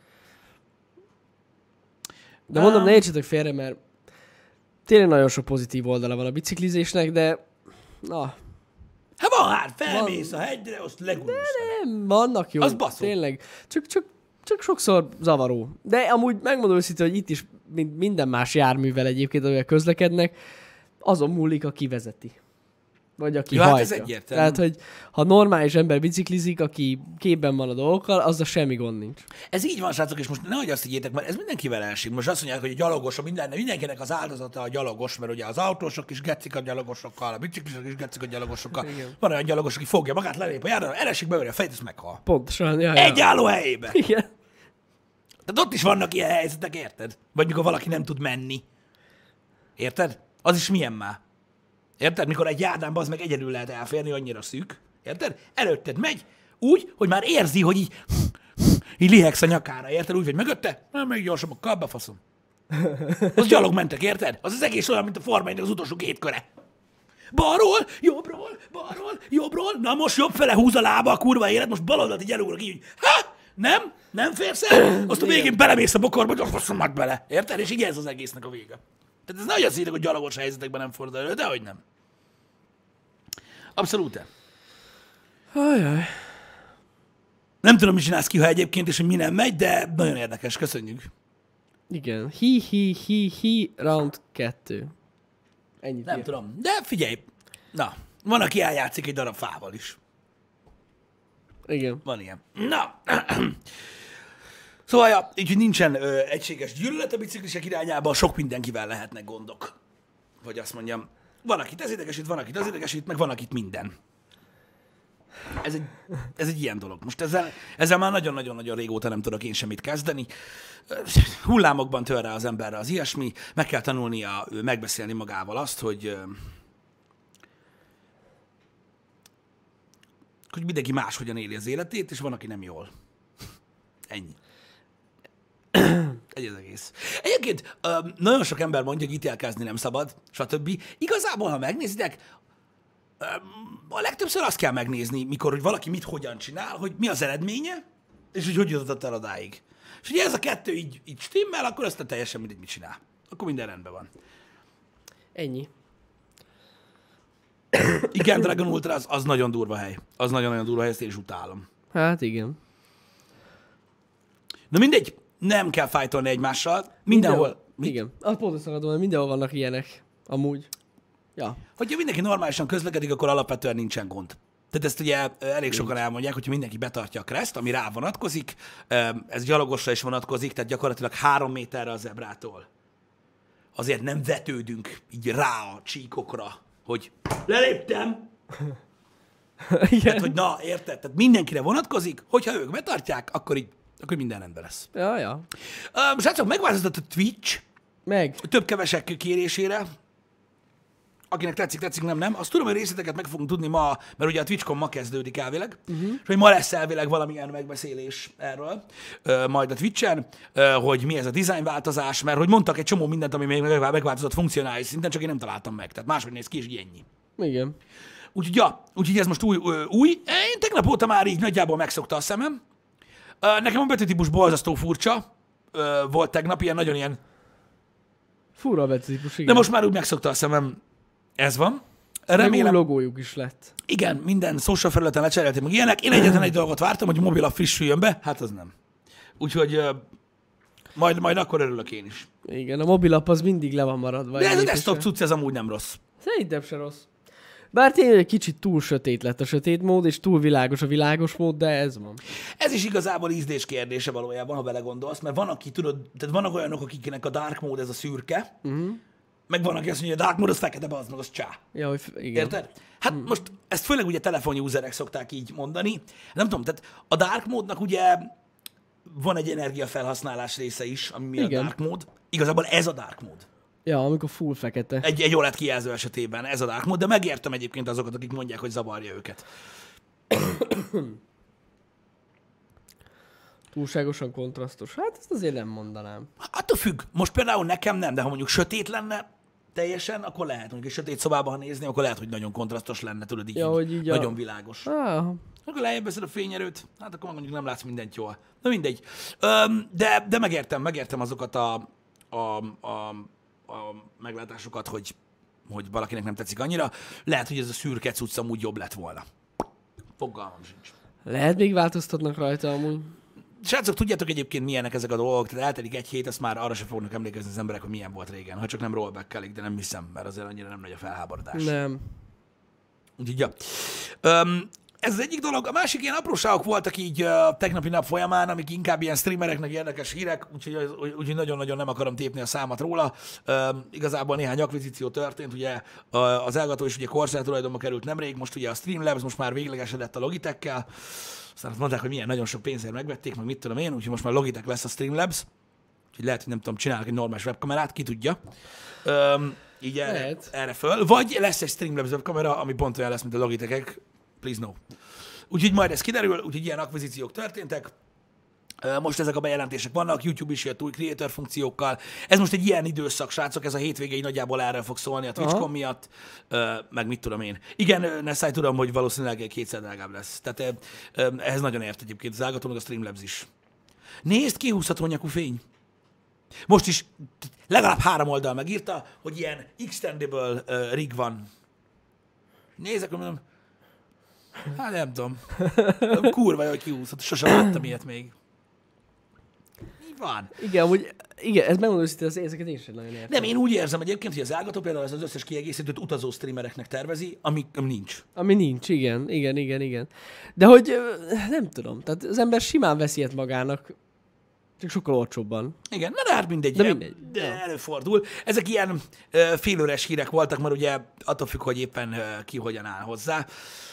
De mondom, ne értsetek félre, mert tényleg nagyon sok pozitív oldala van a biciklizésnek, de na,
Hát van, felmész a hegyre, azt legurulsz.
nem, vannak jó.
Az baszó.
Tényleg. Csak sokszor zavaró. De amúgy megmondom őszintén, hogy itt is, mint minden más járművel egyébként, amivel közlekednek, azon múlik, aki vezeti. Vagy aki
Ja, hát
hajtja.
ez egyértelmű.
Tehát, hogy ha normális ember biciklizik, aki képben van a dolgokkal, azzal semmi gond nincs.
Ez így van, srácok, és most nehogy azt higgyétek, mert ez mindenkivel esik. Most azt mondják, hogy a gyalogos, mindenkinek az áldozata a gyalogos, mert ugye az autósok is getszik a gyalogosokkal, a biciklisek is getszik a gyalogosokkal.
Igen.
Van olyan gyalogos, aki fogja magát, lelép a járdára, elesik beölje a fejét, és meghal.
Pontosan. Ja.
Egy álló helyébe.
Igen.
Tehát ott is vannak ilyen helyzetek, érted? Vagy mikor valaki nem tud menni. Érted? Az is milyen már. Érted? Mikor egy járdán az meg egyedül lehet elférni, annyira szűk. Érted? Előtted megy úgy, hogy már érzi, hogy így lihegsz a nyakára. Érted? Úgy vagy mögötte, még gyorsabban, kabba faszom. Az gyalog mentek, érted? Az egész olyan, mint a Forma 1-nek az utolsó 2 köre. Balról, jobbról, na most jobb fele húz a lába a kurva élet, most baloldalt így elugrok így, nem férsz el? Azt a végén belemész a bokorba, hogy faszom meg bele. Érted? És így ez az egésznek a vége. Tehát ez nagyon színek, hogy gyalogos helyzetekben nem fordul elő, de hogy nem. Abszolút.
Ajaj.
Nem tudom, mit csinálsz ki, ha egyébként, és hogy mi nem megy, de nagyon érdekes. Köszönjük.
Igen. Hi, round 2. Ennyit
Nem
írt.
tudom. De figyelj. Na, van, aki eljátszik egy darab fával is.
Igen.
Van ilyen. Na. Szóval, ja, így, hogy nincsen egységes gyűlölet a biciklisek irányába, sok mindenkivel lehetnek gondok. Vagy azt mondjam, van, akit ez idegesít, van, akit az idegesít, meg van, akit minden. ez egy ilyen dolog. Most ezzel már nagyon-nagyon-nagyon régóta nem tudok én semmit kezdeni. Hullámokban tör rá az emberre az ilyesmi, meg kell tanulnia megbeszélni magával azt, hogy mindenki máshogyan éli az életét, és van, aki nem jól. Ennyi. Egy az egész. Egyébként nagyon sok ember mondja, hogy ítélkezni nem szabad, stb. Igazából, ha megnézitek, a legtöbbször azt kell megnézni, mikor hogy valaki mit hogyan csinál, hogy mi az eredménye, és hogy jutott el odáig. És ugye ez a kettő így stimmel, akkor aztán teljesen mindegy, mit csinál. Akkor minden rendben van.
Ennyi.
Igen, Dragon Ultra, az nagyon durva hely. Az nagyon-nagyon durva hely, ezt én is utálom.
Hát igen.
Na mindegy, nem kell fájtolni egymással. Mindenhol.
Igen. Azt pont azt akarom, hogy mindenhol vannak ilyenek. Amúgy. Ja.
Hogyha mindenki normálisan közlekedik, akkor alapvetően nincsen gond. Tehát ezt ugye elég sokan elmondják, hogyha mindenki betartja a kreszt, ami rá vonatkozik, ez gyalogosra is vonatkozik, tehát gyakorlatilag 3 méterre a zebrától. Azért nem vetődünk így rá a csíkokra, hogy leléptem.
Igen.
Tehát, hogy na, érted? Tehát mindenkire vonatkozik, hogyha ők betartják, akkor minden rendben lesz.
Ja.
Srácok, megváltozott a Twitch több-kevesek kérésére. Akinek tetszik, nem. Azt tudom, hogy részleteket meg fogunk tudni ma, mert ugye a TwitchCon ma kezdődik elvileg, és hogy ma lesz elvileg valamilyen megbeszélés erről, majd a Twitchen, hogy mi ez a dizájnváltozás, mert hogy mondtak egy csomó mindent, ami még megváltozott funkcionális szinten, csak én nem találtam meg. Tehát máshogy néz ki, és így ennyi.
Igen.
Úgyhogy ez most új. Én tegnap óta már így nagyjából megszokta a szemem. Nekem a betűtípus borzasztó furcsa volt tegnap, nagyon ilyen...
Fura a betűtípus, igen.
De most már úgy megszokta a szemem. Ez van.
Remélem... Meg új logójuk is lett.
Igen, minden social felületen lecserélték meg ilyenek. Én egyetlen egy dolgot vártam, hogy a mobil app frissüljön be, hát az nem. Úgyhogy majd akkor örülök én is.
Igen, a mobil app az mindig le van maradva.
De ez a desktop cucc, ez amúgy nem rossz.
Szerintem se rossz. Bár tényleg egy kicsit túl sötét lett a sötét mód, és túl világos a világos mód, de ez van. Ez
is igazából ízlés kérdése valójában, ha belegondolsz, mert van, aki tudod, tehát vannak olyanok, akiknek a dark mód ez a szürke, meg van, aki azt mondja, hogy a dark mód az fekete, az meg az csá.
Ja, hogy igen.
Érted? Hát most ezt főleg ugye telefonuserek szokták így mondani. Nem tudom, tehát a dark módnak ugye van egy energiafelhasználás része is, ami mi a dark mód. Igazából ez a dark mód.
Ja, amikor full fekete.
Egy OLED kijelző esetében ez a dark mód, de megértem egyébként azokat, akik mondják, hogy zavarja őket.
Túlságosan kontrasztos. Hát ezt azért nem mondanám.
Attól függ. Most például nekem nem, de ha mondjuk sötét lenne teljesen, akkor lehet. Mondjuk egy sötét szobában, ha nézni, akkor lehet, hogy nagyon kontrasztos lenne, tudod, így, így nagyon világos. Akkor lejjebb veszed a fényerőt, hát akkor mondjuk nem látsz mindent jól. Na mindegy. De megértem azokat a meglátásokat, hogy valakinek nem tetszik annyira. Lehet, hogy ez a szürke cucc amúgy jobb lett volna. Fogalmam sincs.
Lehet még változtatnak rajta amúgy.
Srácok, tudjátok egyébként milyenek ezek a dolgok, tehát eltelik egy hét, azt már arra sem fognak emlékezni az emberek, hogy milyen volt régen. Ha csak nem rollback-kelik, de nem hiszem, mert azért annyira nem nagy a felháborodás.
Nem.
Úgyhogy, ja. Ez az egyik dolog. A másik ilyen apróságok voltak így a tegnapi nap folyamán, amik inkább ilyen streamereknek érdekes hírek, úgyhogy nagyon-nagyon nem akarom tépni a számat róla. Igazából néhány akvizíció történt, ugye az Elgato is ugye Corsair tulajdonba került nemrég, most ugye a Streamlabs most már véglegesedett a Logitech-kel, aztán azt mondták, hogy milyen nagyon sok pénzért megvették, meg mit tudom én, úgyhogy most már Logitech lesz a Streamlabs, úgyhogy lehet, hogy nem tudom, csinálnak egy normális webkamerát, ki tudja. Így erre föl. Vagy lesz egy Streamlabs webkamera, ami pont olyan lesz, mint a Logitech-ek. Please no. Úgyhogy majd ez kiderül, úgyhogy ilyen akvizíciók történtek. Most ezek a bejelentések vannak, YouTube is jött új creator funkciókkal. Ez most egy ilyen időszak, srácok, ez a hétvégéig nagyjából erről fog szólni a TwitchCon miatt, meg mit tudom én. Igen, Nessai, tudom, hogy valószínűleg kétszer drágább lesz. Tehát ehhez nagyon ért egyébként az Elgato, meg a Streamlabs is. Nézd, kihúzható nyakú fény. Most is legalább 3 oldal megírta, hogy ilyen extendable rig van. Nézzek, mondom, hát nem tudom. Kurva, hogy kihúzható. Sosem láttam ilyet még. Mi van?
Igen, ez megmondom őszintén, az ezeket én sem nagyon értem.
Nem, én úgy érzem egyébként, hogy az Elgato például az összes kiegészítőt utazó streamereknek tervezi, ami nincs.
Ami nincs, igen. De hogy nem tudom, tehát az ember simán veszi ilyet magának, csak sokkal olcsóbban.
Igen, de hát mindegy. De előfordul. Ezek ilyen félőres hírek voltak, mert ugye attól függ, hogy éppen ki hogyan áll hozzá.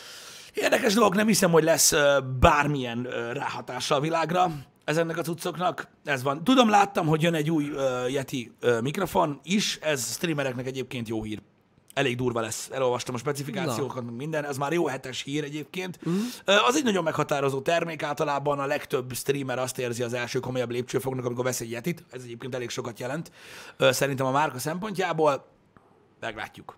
Érdekes dolog, nem hiszem, hogy lesz bármilyen ráhatása a világra ezeknek a cuccoknak. Ez van. Tudom, láttam, hogy jön egy új Yeti mikrofon is, ez streamereknek egyébként jó hír. Elég durva lesz. Elolvastam a specifikációkat, meg minden. Ez már jó hetes hír egyébként. Az egy nagyon meghatározó termék. Általában a legtöbb streamer azt érzi az első komolyabb lépcsőfoknak, amikor vesz egy Yetit. Ez egyébként elég sokat jelent. Szerintem a márka szempontjából. Meglátjuk.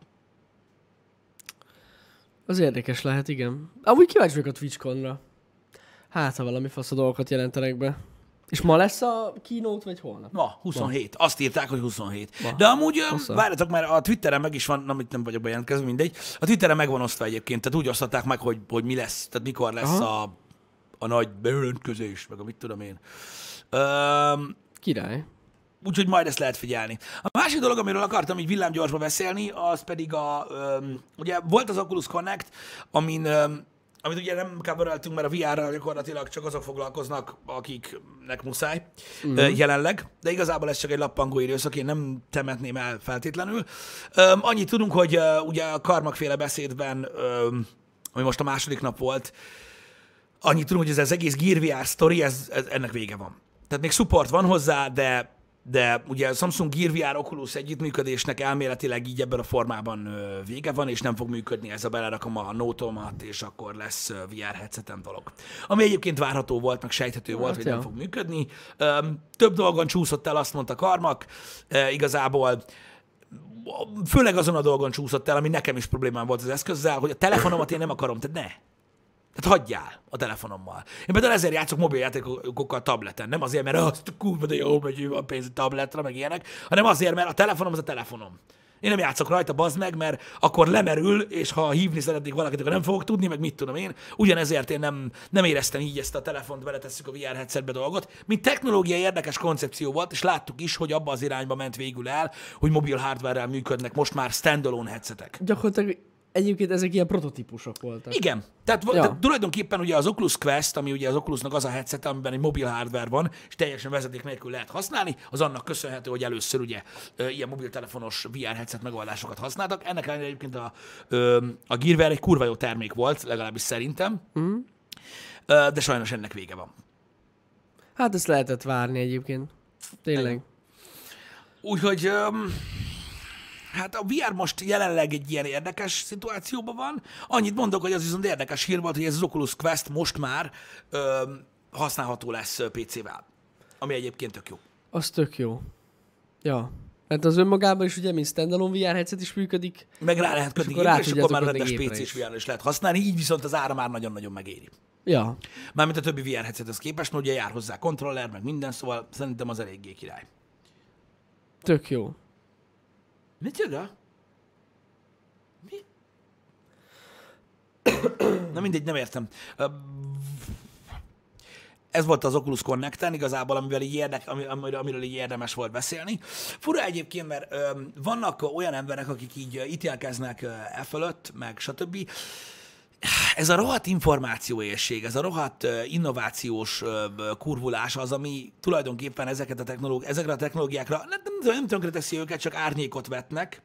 Az érdekes lehet, igen. Amúgy kíváncsi vagyok a TwitchConra. Hát, ha valami fasz a dolgokat jelentenek be. És ma lesz a keynote, vagy holnap?
Ma, 27. Azt írták, hogy 27.
Ma.
De amúgy, várjatok, mert a Twitteren meg is van, amit nem vagyok bejelentkezve, mindegy. A Twitteren meg van osztva egyébként, tehát úgy osztották meg, hogy mi lesz, tehát mikor lesz a nagy bejelentkezés, meg a mit tudom én.
Király.
Úgyhogy majd ezt lehet figyelni. A másik dolog, amiről akartam így villámgyorsba beszélni, az pedig ugye volt az Oculus Connect, amit ugye nem covereltünk, mert a VR-ral gyakorlatilag csak azok foglalkoznak, akiknek muszáj jelenleg, de igazából ez csak egy lappangó időszak, én nem temetném el feltétlenül. Annyit tudunk, hogy ugye a Karmak-féle beszédben, ami most a második nap volt, annyit tudunk, hogy ez az egész Gear VR sztori, ennek vége van. Tehát még support van hozzá, de ugye a Samsung Gear VR Oculus együttműködésnek elméletileg így ebben a formában vége van, és nem fog működni ez a belerakom a Note-omat, és akkor lesz VR headsetem dolog. Ami egyébként várható volt, meg sejthető volt, hogy nem fog működni. Több dolgon csúszott el, azt mondta Karmak, igazából főleg azon a dolgon csúszott el, ami nekem is problémám volt az eszközzel, hogy a telefonomat én nem akarom, tehát ne. Tehát hagyjál a telefonommal. Én például ezért játszok mobiljátékokkal tableten. Nem azért, mert azt kurva, de jó, hogy van pénz a tabletre, meg ilyenek, hanem azért, mert a telefonom az a telefonom. Én nem játszok rajta, bazd meg, mert akkor lemerül, és ha hívni szeretnék valakit, akkor nem fogok tudni, meg mit tudom én. Ugyanezért én nem éreztem így ezt a telefont, beletesszük a VR headsetbe dolgot. Mint technológiai érdekes koncepció volt, és láttuk is, hogy abba az irányba ment végül el, hogy mobil hardware-rel működnek most már standalone headsetek.
Gyakorlatilag egyébként ezek ilyen prototípusok voltak.
Igen. Tehát tulajdonképpen ugye az Oculus Quest, ami ugye az Oculusnak az a headset, amiben egy mobil hardware van, és teljesen vezeték nélkül lehet használni, az annak köszönhető, hogy először ugye ilyen mobiltelefonos VR headset megoldásokat használtak. Ennek ellenére egyébként a Gear VR egy kurva jó termék volt, legalábbis szerintem, de sajnos ennek vége van.
Hát ezt lehetett várni egyébként. Tényleg.
Úgyhogy... Hát a VR most jelenleg egy ilyen érdekes szituációban van. Annyit mondok, hogy az viszont érdekes hír volt, hogy ez az Oculus Quest most már használható lesz PC-vel. Ami egyébként tök jó.
Az tök jó. Ja. Mert az önmagában is ugye, mint standalone VR headset is működik.
Meg rá lehet kötni gépre, és akkor már rendes PC-s VR is lehet használni, így viszont az ára már nagyon-nagyon megéri.
Ja.
Mármint a többi VR headsethez képest, mert ugye jár hozzá kontroller, meg minden, szóval szerintem az eléggé király.
Tök jó.
Micsoda? Mi? Na mindegy, nem értem. Ez volt az Oculus Connect-en igazából, amiről így érdemes volt beszélni. Fura egyébként, mert vannak olyan emberek, akik így ítélkeznek fölött, meg stb. Ez a rohadt információérség, ez a rohadt innovációs kurvulás az, ami tulajdonképpen ezekre a technológiákra nem tönkreteszi őket, csak árnyékot vetnek.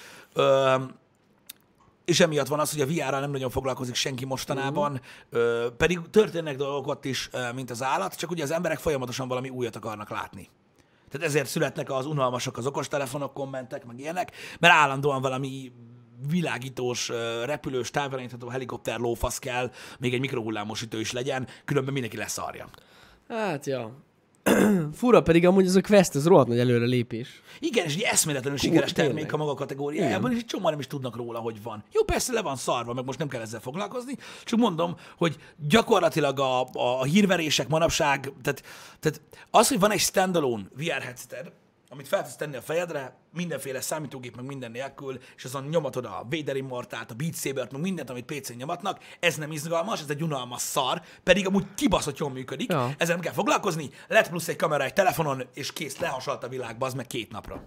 És emiatt van az, hogy a VR-ral nem nagyon foglalkozik senki mostanában, pedig történnek dolgok ott is, mint az állat, csak ugye az emberek folyamatosan valami újat akarnak látni. Tehát ezért születnek az unalmasak az okostelefonok, kommentek, meg ilyenek, mert állandóan valami világítós, repülős, távirányítható helikopter lófasz kell, még egy mikrohullámosító is legyen, különben mindenki leszarja.
Hát, ja. Fura pedig amúgy ez a Quest, ez rohadt nagy előre lépés.
Igen, és egy eszméletlenül sikeres termék a maga kategóriájában, és egy csomóan nem is tudnak róla, hogy van. Jó, persze le van szarva, meg most nem kell ezzel foglalkozni, csak mondom, hogy gyakorlatilag a hírverések manapság, tehát az, hogy van egy standalone VR headseted, amit fel tudsz tenni a fejedre, mindenféle számítógép, meg minden nélkül, és azon nyomatod a Vader Immortalt, a Beat Sabert, meg mindent, amit PC-n nyomatnak, ez nem izgalmas, ez egy unalmas szar, pedig amúgy kibaszott jól működik, ezzel nem kell foglalkozni, lett plusz egy kamera egy telefonon, és kész, lehasalt a világba, az meg 2 napra.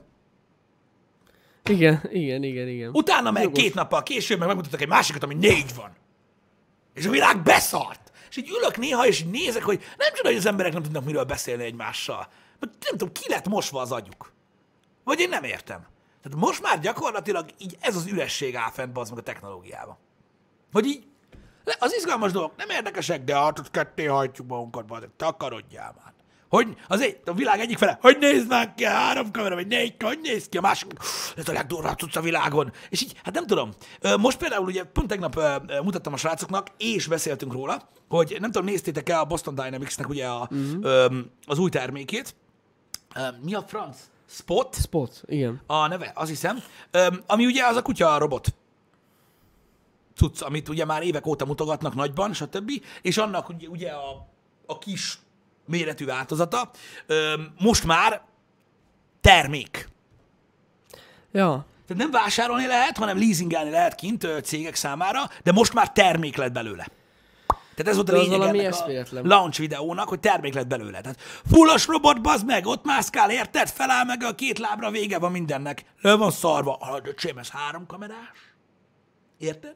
Igen.
Utána meg 2 nappal később meg megmutattak egy másikat, ami 4 van. És a világ beszart. És így ülök néha, és nézek, hogy nem csoda, hogy az emberek nem tudnak miről beszélni egymással. Nem tudom, ki lett mosva az agyuk. Vagy én nem értem. Tehát most már gyakorlatilag így ez az üresség áll fent, bazd meg a technológiában. Hogy így Az izgalmas dolgok nem érdekesek, de hát ott ketté hajtjuk magunkat, bazd, takarodjál már. Hogy a világ egyik fele, hogy nézd már ki, 3 kamera, vagy 4, hogy néz ki, a másik, ez a legdurvább tudsz a világon. És így, hát nem tudom. Most például ugye pont tegnap mutattam a srácoknak, és beszéltünk róla, hogy nem tudom, néztétek-e a Boston Dynamics-nek ugye az új termékét. Mi a franc?
Spot, igen.
A neve, azt hiszem. Ami ugye az a kutya robot cucc, amit ugye már évek óta mutogatnak nagyban, stb. És annak ugye a kis méretű változata most már termék.
Ja.
Tehát nem vásárolni lehet, hanem leasingelni lehet kint cégek számára, de most már termék lett belőle. Tehát ez volt a lényeg ennek a launch videónak, hogy termék lett belőle. Tehát fullos robot, bazd meg, ott mászkál, érted? Feláll meg a 2 lábra, vége van mindennek. Le van szarva. Öcsém, ez 3 kamerás. Érted?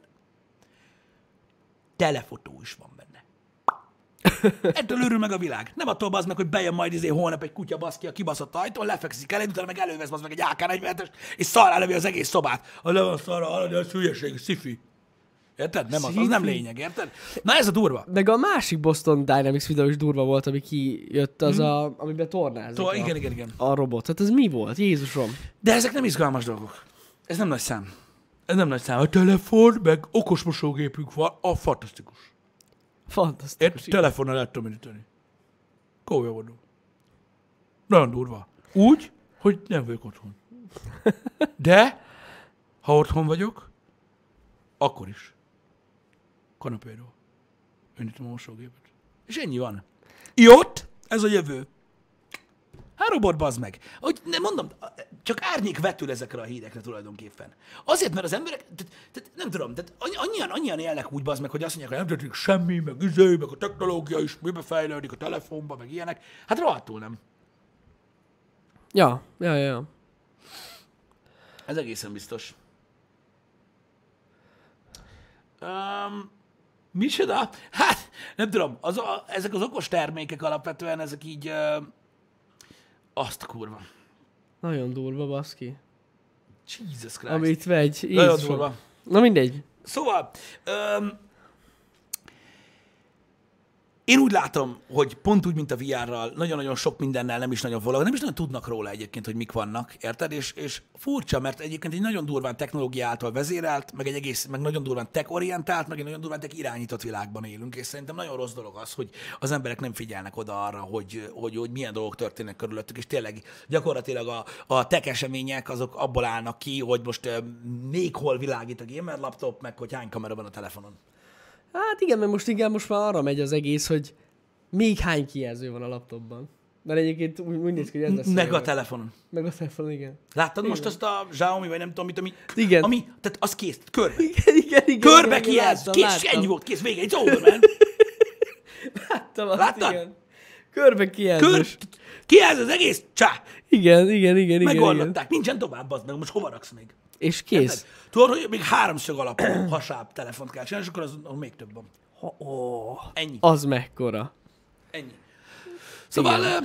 Telefotó is van benne. Ettől örül meg a világ. Nem attól bazd meg, hogy bejön majd holnap egy kutya baszki a kibaszott ajtón, lefekszik el, utána meg elővesz bazd meg egy AK-47-es, és szarrá lövi az egész szobát. Le van szarra, hallod, ez hülyeség, sci-fi. Érted? Nem az nem lényeg, érted? Na ez a durva.
Meg a másik Boston Dynamics videó is durva volt, ami kijött, az amiben tornázik.
Igen.
A robot. Hát ez mi volt? Jézusom.
De ezek nem izgalmas dolgok. Ez nem nagy szám. A telefon, meg okos mosógépünk van, fantasztikus.
Fantasztikus.
Telefonnal lehet tömíteni. Komolyan mondom. Nagyon durva. Úgy, hogy nem vagyok otthon. De, ha otthon vagyok, akkor is. Kanapéról. Önítem a mosógépet. És ennyi van. Jött, ez a jövő. Hát robot, bazd meg. Hogy nem mondom, csak árnyék vetül ezekre a hírekre tulajdonképpen. Azért, mert az emberek, tehát nem tudom, tehát annyian élnek úgy, bazd meg, hogy azt mondják, hogy nem történik semmi, meg meg a technológia is mibe fejlődik a telefonba, meg ilyenek. Hát rohadtul nem.
Ja.
Ez egészen biztos. Micsoda? Hát, nem tudom, ezek az okos termékek alapvetően, ezek így... azt a kurva.
Nagyon durva, baszki.
Jesus Christ.
Amit vegy.
Nagyon durva.
Na mindegy.
Szóval, én úgy látom, hogy pont úgy, mint a VR-ral, nagyon-nagyon sok mindennel nem is nagyon foglalkoznak, nem is nagyon tudnak róla egyébként, hogy mik vannak, érted? És furcsa, mert egyébként egy nagyon durván technológia által vezérelt, meg nagyon durván tech-orientált, meg egy nagyon durván tech-irányított világban élünk, és szerintem nagyon rossz dolog az, hogy az emberek nem figyelnek oda arra, hogy milyen dolgok történnek körülöttük, és tényleg gyakorlatilag a tech események azok abból állnak ki, hogy most még hol világít a gamer laptop, meg hogy hány kamera van a telefonon.
Hát igen, mert most már arra megy az egész, hogy még hány kijelző van a laptopban. Mert egyébként úgy néz ki, hogy ez lesz.
Meg a telefonon.
Meg a telefonon, igen.
Láttad igen. Most azt a Xiaomi, vagy nem tudom mit, ami tehát az kész, körbe.
Igen.
Körbe kijelz, kész, ennyi volt, kész, vége, it's over, man.
Láttam azt,
láttad?
Igen. Körbe kijelzős.
Kijelz az egész, csá.
Igen.
Megoldották, nincsen tovább, az meg most hova raksz még?
És kész.
Érted? Tudod, hogy még 3 alapú hasább telefont kell csinálni, és akkor az még több van. Ennyi.
Az mekkora.
Ennyi. Szóval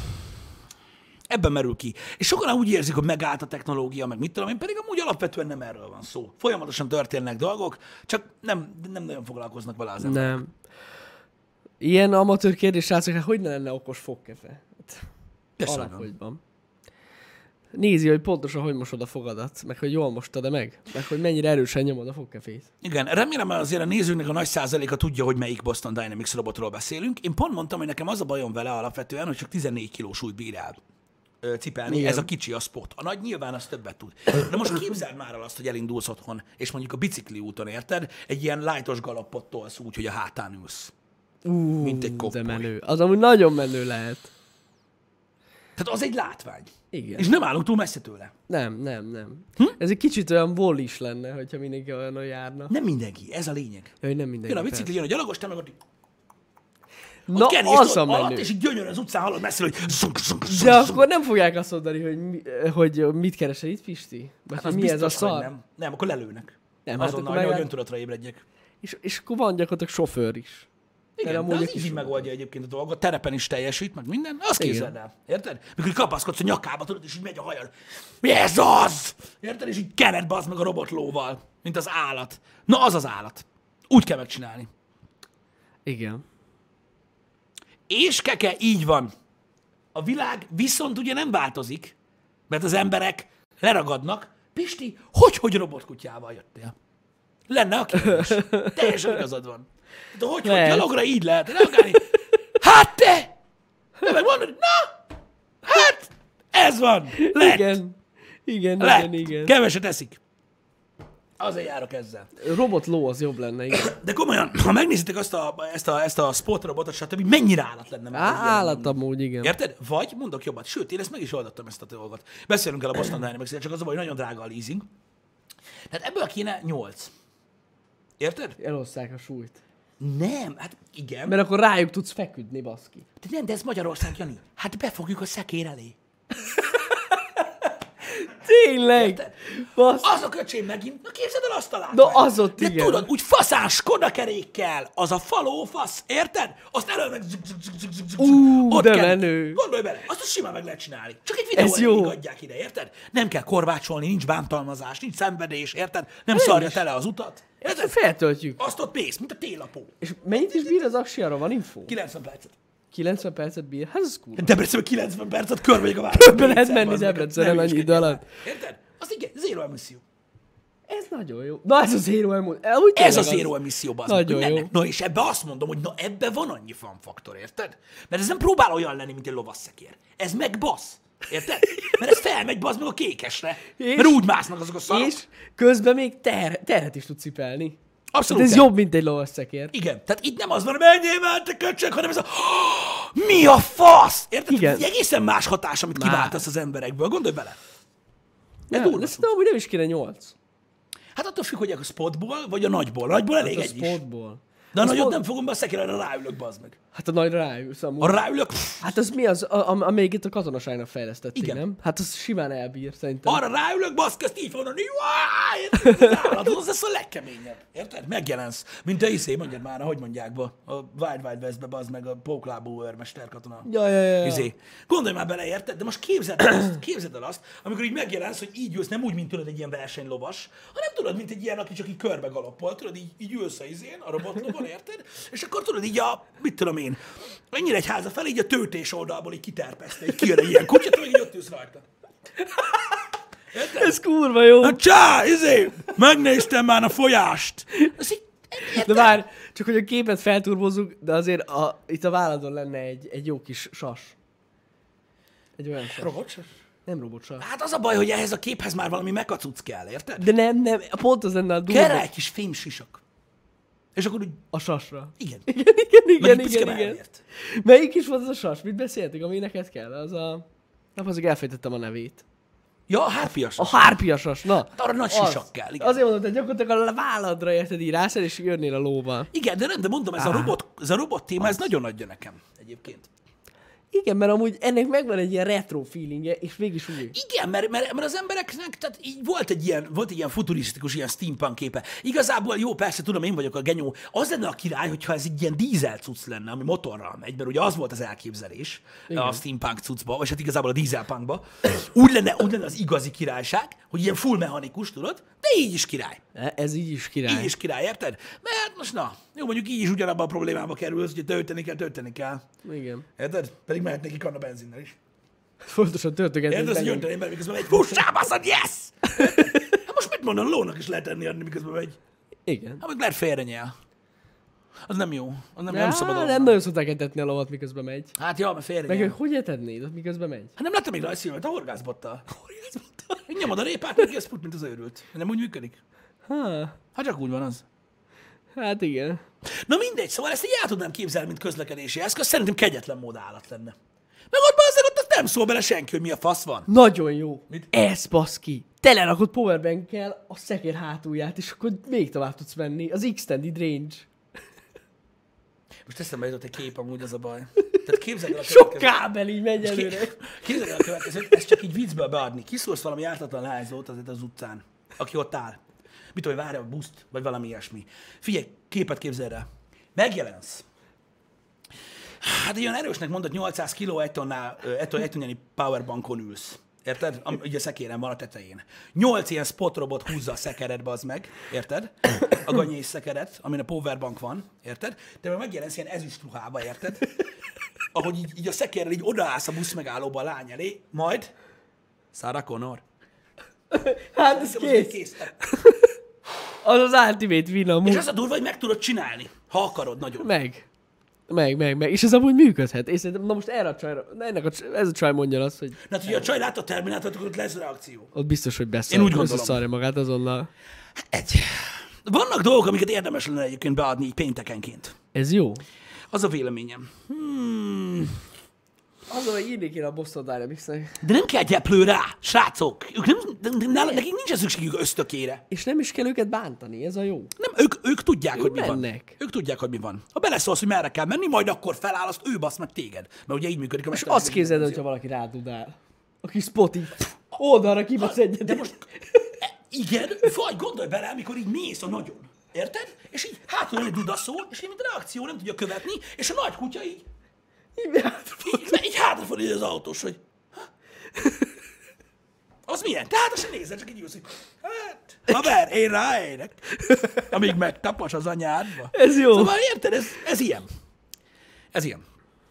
ebben merül ki. És sokan úgy érzik, hogy megállt a technológia, meg mit tudom én, pedig amúgy alapvetően nem erről van szó. Folyamatosan történnek dolgok, csak nem nagyon foglalkoznak vele az emberek.
Nem. Ilyen amatőr kérdés, srácok, hát hogy ne lenne okos fogkefe? Alaphogyban. Nézi, hogy pontosan hogy mosod a fogadat, meg hogy jól mostad-e meg hogy mennyire erősen nyomod a fogkefét.
Igen, remélem, hogy azért a nézőknek a nagy százaléka tudja, hogy melyik Boston Dynamics robotról beszélünk. Én pont mondtam, hogy nekem az a bajom vele alapvetően, hogy csak 14 kiló súlyt bír el cipelni. Igen. Ez a kicsi, a Spot. A nagy nyilván az többet tud. De most képzeld már el azt, hogy elindulsz otthon, és mondjuk a bicikli úton, érted? Egy ilyen lightos galoppot tolsz úgy, hogy a hátán ülsz. Mint egy koppoly.
De menő. Az amúgy nagyon menő lehet.
Tehát az egy látvány.
Igen.
És nem állunk túl messze tőle.
Nem. Ez egy kicsit olyan Wall is lenne, hogyha mindenki olyan járna.
Nem mindenki, ez a lényeg.
Hogy nem mindenki.
Jön a bicikli, jön a gyalogos, te meg ott
na, az a menő.
Alatt, és így gyönyörű az utcán hallod messzire, hogy
de akkor nem fogják azt mondani, hogy mit keresel itt, Pisti?
Hát az mi biztos, ez a szar? Nem, akkor lelőnek. Nem, azonnal, hát hogy öntudatra ébredjek.
És akkor van gyakorlatilag sofőr is.
Igen, de az így megoldja egyébként a dolgot, terepen is teljesít, meg minden, azt képzeld el, érted? Mikor kapaszkodsz a nyakába, tudod, és így megy a hajad. Mi ez az? Érted? És így kened bazd meg a robotlóval, mint az állat. Na, az az állat. Úgy kell megcsinálni.
Igen.
És keke, így van. A világ viszont ugye nem változik, mert az emberek leragadnak. Pisti, hogy robotkutyával jöttél? Lenne a kérdés. Teljesen igazad van. De hogy gyalogra így lehet reagálni? Hát te! De meg mondod, na! Hát! Ez van! Lett!
Igen.
Keveset eszik. Azért járok ezzel.
Robotló az jobb lenne, igen.
De komolyan, ha megnézitek ezt a sportrobotot, stb., mennyire állat lenne meg.
Állat amúgy, igen.
Érted? Vagy, mondok jobbat, sőt, én ezt meg is oldottam ezt a dolgot. Beszélünk el a Boston Dynamics-ről, csak az a baj, hogy nagyon drága a leasing. Tehát ebből kéne 8. Érted?
Elosszák a súlyt.
Nem, hát igen.
Mert akkor rájuk tudsz feküdni, baszki.
De nem, de ez Magyarország, Jani. Hát befogjuk a szekér elé.
Tényleg?
Érted?
Basz...
Az a köcsém megint, na képzeld el azt a látványt.
Na, az ott,
de
igen.
tudod, úgy faszás Skoda kerékkel, az a faló fasz, érted? Azt elő meg ott
de
kell.
menő.
Gondolj bele, azt simán meg lehet csinálni. Csak egy videóra adják ide, érted? Nem kell korbácsolni, nincs bántalmazás, nincs szenvedés, érted? Nem szarja tele az utat. Érted?
Feltöltjük.
Azt ott mész, mint a télapó.
És mennyit is bír az aksi, arra van info?
90 percet.
90 percet bír? Hát ez kurva.
Debrecenben 90 percet körbe vagyok a város.
Körbe lehet menni Debrecenben annyi idő alatt.
Érted? Az igen, zéro emisszió.
Ez nagyon jó. Na ez a zéro emisszió.
Ez a zéro emisszió, bazd.
Nagyon jó.
Na és ebbe azt mondom, hogy na ebbe van annyi fanfaktor, érted? Mert ez nem próbál olyan lenni, mint egy lovasszekér. Ez meg basz. Érted? Mert ez felmegy, bazd meg a kékesre. Mert úgy másznak azok a szarok.
És közben még terhet is tud cipelni.
Abszolút.
Ez jobb, mint egy lovasszekér.
Igen. Tehát itt nem az van, hogy menjél már, te köcsög, hanem ez a... Mi a fasz? Érted?
Igen.
Egy egészen más hatás, amit kiváltasz az emberekből. Gondolj bele.
De szerintem amúgy nem is kéne 8.
Hát attól függ, hogy a spotból, vagy a nagyból. A nagyból elég
Hát a
egy is.
spotból.
De a nagyot nem fogom be a szekérre, ráülök, bazd meg.
Hát a nagyra ráülsz amúgy.
A ráülök,
Hát az mi az, amelyik itt a katonaságnak fejlesztették,
Igen.
nem? Hát az simán elbír, szerintem.
arra ráülök, baszk, ezt így fogom mondani, az lesz a legkeményebb. Érted? Megjelensz. Mint a mondjad már, hogy mondják be, a Wild Wild Westbe, bazd meg a póklábú őrmesterkatona.
Ja.
Gondolj már bele, érted? De most képzeld el azt, amikor így megjelensz, hogy így ülsz, nem úgy, mint tudod egy ilyen versenylovas, hanem tudod, mint egy ilyen, aki csak így körbe galoppol, tudod, így ülsz a a robotlovon, érted? És akkor tudod, így mit tudom én, mennyire egy háza fel, így a töltés oldalból így kiterpeszte, így kijön egy ilyen kutyát, meg így ott ülsz rajta. Érted?
Ez kurva jó.
Na csá, megnéztem már a folyást. Ez így,
De várj, csak hogy a képet felturbozzuk, de azért itt a válladon lenne egy jó kis sas. Egy olyan sas.
robotsas?
Nem robotsas.
Hát az a baj, hogy ehhez a képhez már valami mekacuc kell, érted?
De nem, pont az lenne a durva.
Kell rá egy kis fémsisak. És akkor úgy,
A sasra.
igen.
Igen. Melyik is volt az a sas? Mit beszéltük, ami neked kell? Az a... Nem, azért elfejtettem a nevét.
Ja, hárpias.
A hárpiasas, na.
Arra nagy sisak kell, igen.
Azért mondod, hogy gyakorlatilag a válladra érted így rászel, és jönnél a lóval.
Igen, de nem, de mondom, ez a robot téma, ez nagyon adja nekem egyébként.
Igen, mert amúgy ennek megvan egy ilyen retro feelingje, és mégis új.
Igen, mert az embereknek, tehát így volt egy ilyen futurisztikus, ilyen steampunk képe. Igazából jó, persze, tudom, én vagyok a genyó. Az lenne a király, hogyha ez egy ilyen dízel cucc lenne, ami motorral megy, mert ugye az volt az elképzelés a steampunk cuccba, vagy hát igazából a dieselpunkba. Úgy lenne az igazi királyság, hogy ilyen full mechanikus, tudod, de így is király.
Ez így is király.
Így is király, érted? Mert most na, jó, mondjuk így is ugyanabban a problémába kerülsz, hogy tölteni kell.
Igen.
Érted? Pedig mehet neki kanna benzinnel is.
Fontosan töltögetni.
Érted? Azt jönteni, mert miközben megy, fussál, baszad, yes! Hát most mit mondom, lónak is lehet enni adni, miközben megy.
Igen.
Hát meg lehet félrenyel. Az nem jó. Az nem szabad.
Nem nagyon szokták etetni a lovat, miközben megy.
Hát ja, mert félrenyel.
Meg hogy etetnéd, ott miközben megy?
Hát nem láttam még rajzfilmet, a horgászbottal. Így nyomod a répát, neki ez put, mint az őrült. Nem úgy működik? Hát csak úgy van az.
Hát igen.
Na mindegy, szóval ezt így el tudnám képzelni, mint közlekedési eszköz, szerintem kegyetlen mód állat lenne. Meg ott bazzeg, ott nem szól bele senki, hogy mi a fasz van.
Nagyon jó.
Mit?
Ez baszki. Telerakod powerbank-kel a szekér hátulját, és akkor még tovább tudsz menni. Az extended range.
Most eszembe jutott egy kép, amúgy az a baj. Tehát képzeld el a
Sok
következőt.
kábel így megy előre.
Képzeld el a következőt, ezt csak így viccből beadni. Kiszólsz valami ártatlan lányzót azért az utcán, aki ott áll. Mit tudom, várja a buszt, vagy valami ilyesmi. Figyelj, képet képzelj el. Megjelensz. Hát egy olyan erősnek mondott 800 kg egy tonnányi powerbankon ülsz. Érted? Ugye a szekéren van a tetején. 8 ilyen spot robot húzza a szekeredbe, az meg. Érted? A ganyés szekeret, amin a powerbank van. Érted? Te meg megjelensz ilyen ezüst ruhába, érted? Ahogy így a szekérrel így odaállsz a busz megállóba a lány elé, majd Sarah Connor.
Hát ez kész. Az az ultimate win amúgy.
És az a durva, hogy meg tudod csinálni, ha akarod nagyon.
Meg. És ez amúgy működhet. És szerintem, na most erre a csajra, ez a csaj mondja azt, hogy
Na, hogy a csaj látta a Terminátort, akkor ott lesz reakció.
ott biztos, hogy
Én úgy gondolom.
összeszarja magát azonnal.
Vannak dolgok, amiket érdemes lenne egyébként beadni így péntekenként.
Ez jó.
Az a véleményem.
Azon, hogy írni kéne a Boston Dynamics-nek.
De nem kell gyeplő rá, srácok. Nekik nincs szükségük ösztökére.
És nem is kell őket bántani, ez a jó.
Nem, ők tudják, hogy mi
mennek.
van. Ők tudják, hogy mi van. Ha beleszólsz, hogy merre kell menni, majd akkor felállast, ő basz meg téged. Mert ugye így működik a
És azt képzeld, hogyha valaki rádudál. A kis spot így oldalra kibasz egyet.
De most, igen, vagy gondolj bele, amikor így mész a nagyon. Érted? És így hátul egy dudaszól, és így mint reakció nem tudja követni, és a nagy kutya így így hátrafordul az autós, hogy az milyen? Tehát azt se nézed, csak így ülsz, hogy hát, haver, én ráérek, amíg megtapas az anyádba.
Ez jó.
Szóval érted, ez ilyen. Ez ilyen.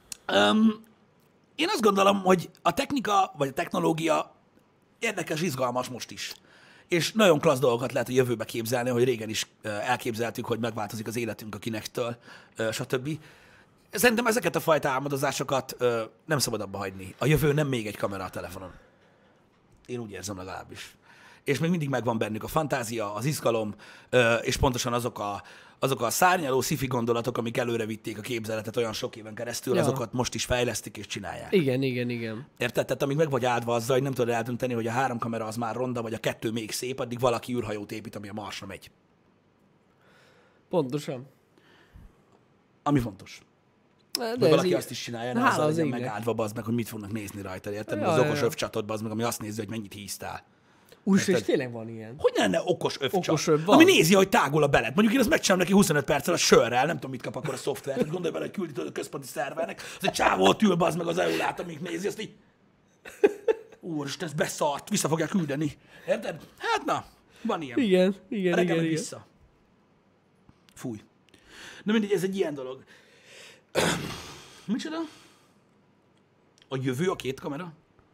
Én azt gondolom, hogy a technika, vagy a technológia érdekes, izgalmas most is. És nagyon klassz dolgokat lehet a jövőbe képzelni, hogy régen is elképzeltük, hogy megváltozik az életünk a Kinecttől, stb. Szerintem ezeket a fajta álmodozásokat nem szabad abba hagyni. A jövő nem még egy kamera a telefonon. Én úgy érzem legalábbis. És még mindig megvan bennük a fantázia, az izgalom, és pontosan azok a szárnyaló sci-fi gondolatok, amik előre vitték a képzeletet olyan sok éven keresztül, azokat most is fejlesztik és csinálják.
Igen.
Érted? Tehát amíg meg vagy áldva azzal, hogy nem tudod eldönteni, hogy a 3 kamera az már ronda, vagy a 2 még szép, addig valaki űrhajót épít, ami a Marsra megy.
Pontosan.
Ami fontos.
De
Vagy valaki azt is csinálja, ne azzal legyen megáldva, bazd meg, hogy mit fognak nézni rajta, érted? Az okos övcsatod, bazd meg, ami azt nézi, hogy mennyit híztál.
Úristen, és tényleg van ilyen.
Hogy ne lenne okos övcsat?
Okos öv van.
Ami nézi, hogy tágul a beled. Mondjuk én azt megcsinálom neki 25 perccel a sörrel, nem tudom, mit kap akkor a szoftver. Tehát gondolj bele, hogy küldi a központi szervernek, az egy csávó ott ül, bazd meg az eulát, amíg nézi, azt így... Úristen, ez beszart, vissza fogják küldeni. Érted? Hát na, van ilyen.
Igen.
Vissza. Fúj. Na mindegy, ez egy ilyen dolog. Micsoda? A jövő a 2 kamera?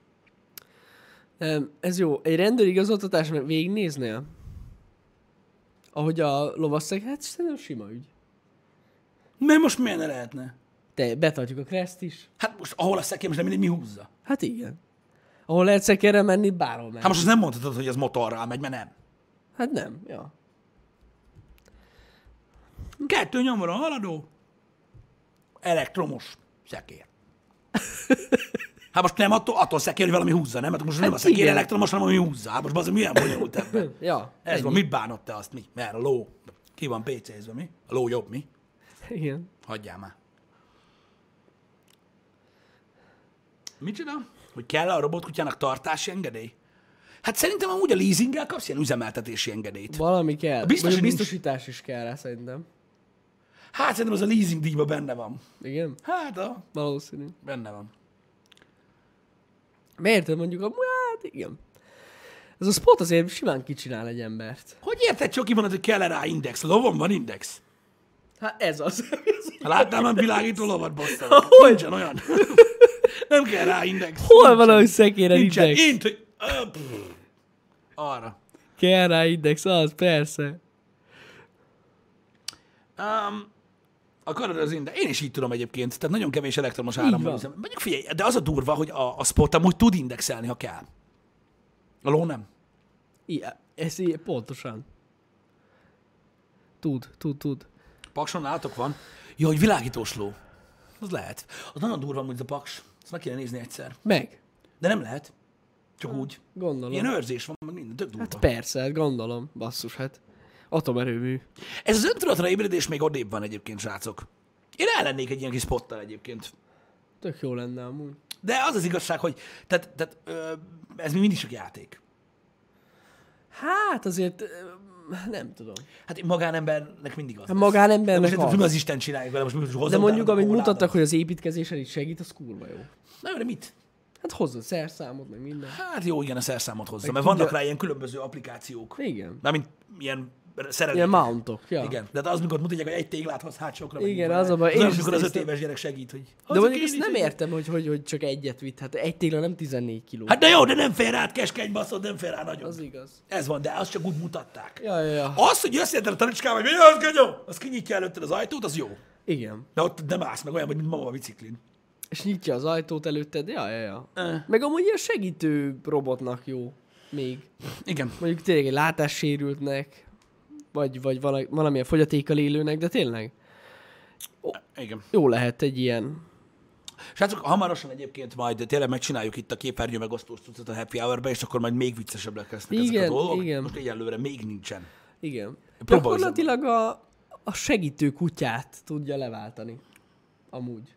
Ez jó. Egy rendőrigazoltatás meg végignéznél? Ahogy a lovasszeg, hát szerintem sima ügy.
Mert most miért ne lehetne?
Te betartjuk a kreszt is.
Hát most ahol a szekér, most nem mindegy, mi húzza.
Hát igen. Ahol lehet szekérrel menni, bárhol menni.
Hát most azt nem mondhatod, hogy ez motorral megy, mert nem.
Hát nem, ja.
2 nyomra haladó. Elektromos szekér. Hát most nem attól szekér, hogy valami húzza, nem? Hát most nem a szekér
igen.
elektromos, hanem ami húzza. Hát most az milyen bonyolult ebben.
Ja.
Ez van, mit bánod te azt, mi? Mert a ló. Ki van PC-zve, mi? A ló jobb, mi?
Igen.
Hagyjál már. Micsoda? Hogy kell a robotkutyának tartási engedély? Hát szerintem amúgy a leasinggel kapsz ilyen üzemeltetési engedélyt.
Valami kell.
Biztos,
Vagy a
hogy
biztosítás is kell rá, szerintem.
Hát szerintem az a leasing díjban benne van.
Igen?
Hát
Valószínű.
benne van.
Miért mondjuk a... Hát igen. Ez a spot azért simán kicsinál egy embert.
Hogy érted, Csoki, van, hogy kell rá index? Lovon van index.
Hát ez az.
Ha láttál már világító lovat, bassza?
Hogy?
Nincsen olyan. Nem kell rá index.
Hol van, ahogy szekéren
Nincsen.
index?
Arra.
Kell rá index, az persze.
Akarod az index? Én is így tudom egyébként. Tehát nagyon kevés elektromos
van.
áramban üzem. Mondjuk figyelj, de az a durva, hogy a spot amúgy tud indexelni, ha kell. A ló nem.
Igen, ez így, pontosan. Tud.
Pakson nálatok van? Ja, hogy világítós ló. Az lehet. Az nagyon durva, hogy ez a paks. Ezt meg kéne nézni egyszer.
Meg.
De nem lehet. Csak úgy.
Gondolom.
Ilyen őrzés van, meg minden, tök durva.
Hát persze, hát gondolom. Basszus, hát. Atomerőmű.
Ez az öntudatra ébredés még odébb van egyébként, srácok. Én ellennék egy ilyen kis spottal egyébként.
Tök jó lenne amúgy.
De az az igazság, hogy ez még mindig csak játék.
Hát azért nem tudom.
Hát magánembernek mindig az.
Hát magánembernek
az.
az.
Az Isten csináljuk vele, most
De mondjuk, amit mutattak, hogy az építkezésen itt segít, az kurva jó.
Na jó, de mit?
Hát hozzad szerszámot, meg minden.
Hát jó, igen, a szerszámot hozza,
Meg
mert
tudja-
vannak rá ilyen különböző applikációk.
Igen.
Mármint ilyen
Ilyen
szerelők.
mountok, ja.
Igen, de az, mikor mutatják, hogy egy téglát hoz hátsókra. meg
Igen,
így
az a baj.
Az,
Én is
amikor az 5
hiszem-
éves gyerek segít, hogy...
De
hozzak
mondjuk
én
ezt
is
nem
egy-
értem, hogy csak egyet vitt. Hát egy tégla nem 14 kiló.
Hát de jó, de nem fér rá keskeny baszod, nem fér rá nagyon.
Az igaz.
Ez van, de azt csak úgy mutatták.
Ja.
Az, hogy összejötted a tanicskával, hogy mi az, genyó? Az kinyitja előtted az ajtót, az jó.
Igen.
De ott nem állsz meg olyan, mint maga a biciklin.
És nyitja az ajtót előtted. Ja. Meg amúgy ilyen segítő robotnak jó. Még.
Igen.
Mondjuk tényleg egy látássérültnek, vagy valamilyen fogyatékkal élőnek, de tényleg
Igen.
jó lehet egy ilyen.
Srácok, hamarosan egyébként majd tényleg megcsináljuk itt a képernyő megosztós tucat a Happy Hour-be, és akkor majd még viccesebbek lesznek ezek a
Igen,
dolgok.
igen.
Most egyelőre még nincsen.
Igen.
Próbálj
Gyakorlatilag a segítő kutyát tudja leváltani. Amúgy.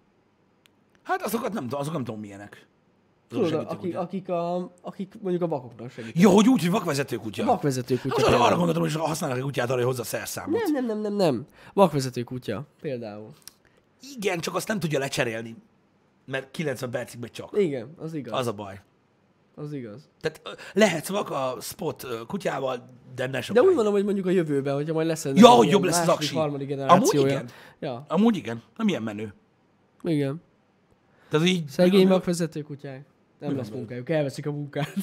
Hát azokat nem tudom, azok nem tudom milyenek.
Tudod,
Segítőkutyák.
akik mondjuk a vakoknak segítenek.
Ja, hogy úgy, hogy vakvezető kutya.
A vakvezető kutya
Most
például.
arra gondoltam, hogy használnak a kutyát arra, hogy hozza szerszámot.
Nem. Vakvezető kutya például.
Igen, csak azt nem tudja lecserélni. Mert 90 percig megy csak.
Igen, az igaz.
Az a baj.
Az igaz.
Tehát lehetsz vak a spot kutyával, de ne
De
sokáig.
úgy mondom, hogy mondjuk a jövőben, hogyha majd lesz
Ja, hogy jobb lesz az aksi.
harmadik
Amúgy
generációja.
igen.
Ja,
Amúgy igen. Nem ilyen menő.
igen.
Tehát így...
Szegény vakvezető kutyák. Nem
Mi
lesz
van
munkájuk, elveszik a munkát.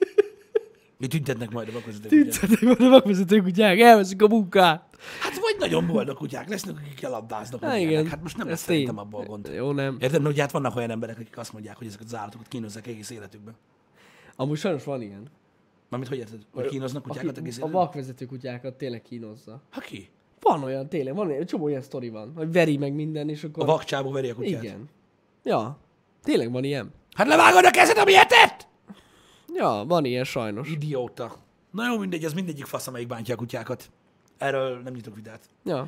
Mi tüntetnek majd a vakvezető kutyák.
Tüntetek majd a vakvezető kutyák, elveszik a munkát.
Hát vagy nagyon boldog kutyák lesznek, akik elabbáznak.
Hát
meg
igen.
ilyenek. Hát most nem
Ez
lesz
tény.
szerintem abból a gond.
Jó, nem.
Érted, hogy hát vannak olyan emberek, akik azt mondják, hogy ezeket az állatokat kínozzák egész életükben.
Amúgy sajnos van ilyen.
Mármint hogy érted? Hogy kínoznak kutyákat egész
A
életükben?
vakvezető kutyákat tényleg kínozza.
Ha ki?
Van olyan, tényleg, van olyan, csomó ilyen sztori van, hogy veri meg minden, és akkor...
A vakcsábó veri a kutyát.
Igen. Ja, tényleg van ilyen.
Hát levágod a kezed, ami tett?
Ja, van ilyen sajnos.
Idióta. Na jó, mindegy, ez mindegyik fasz, amelyik bántja a kutyákat. Erről nem nyitok vitát.
Ja.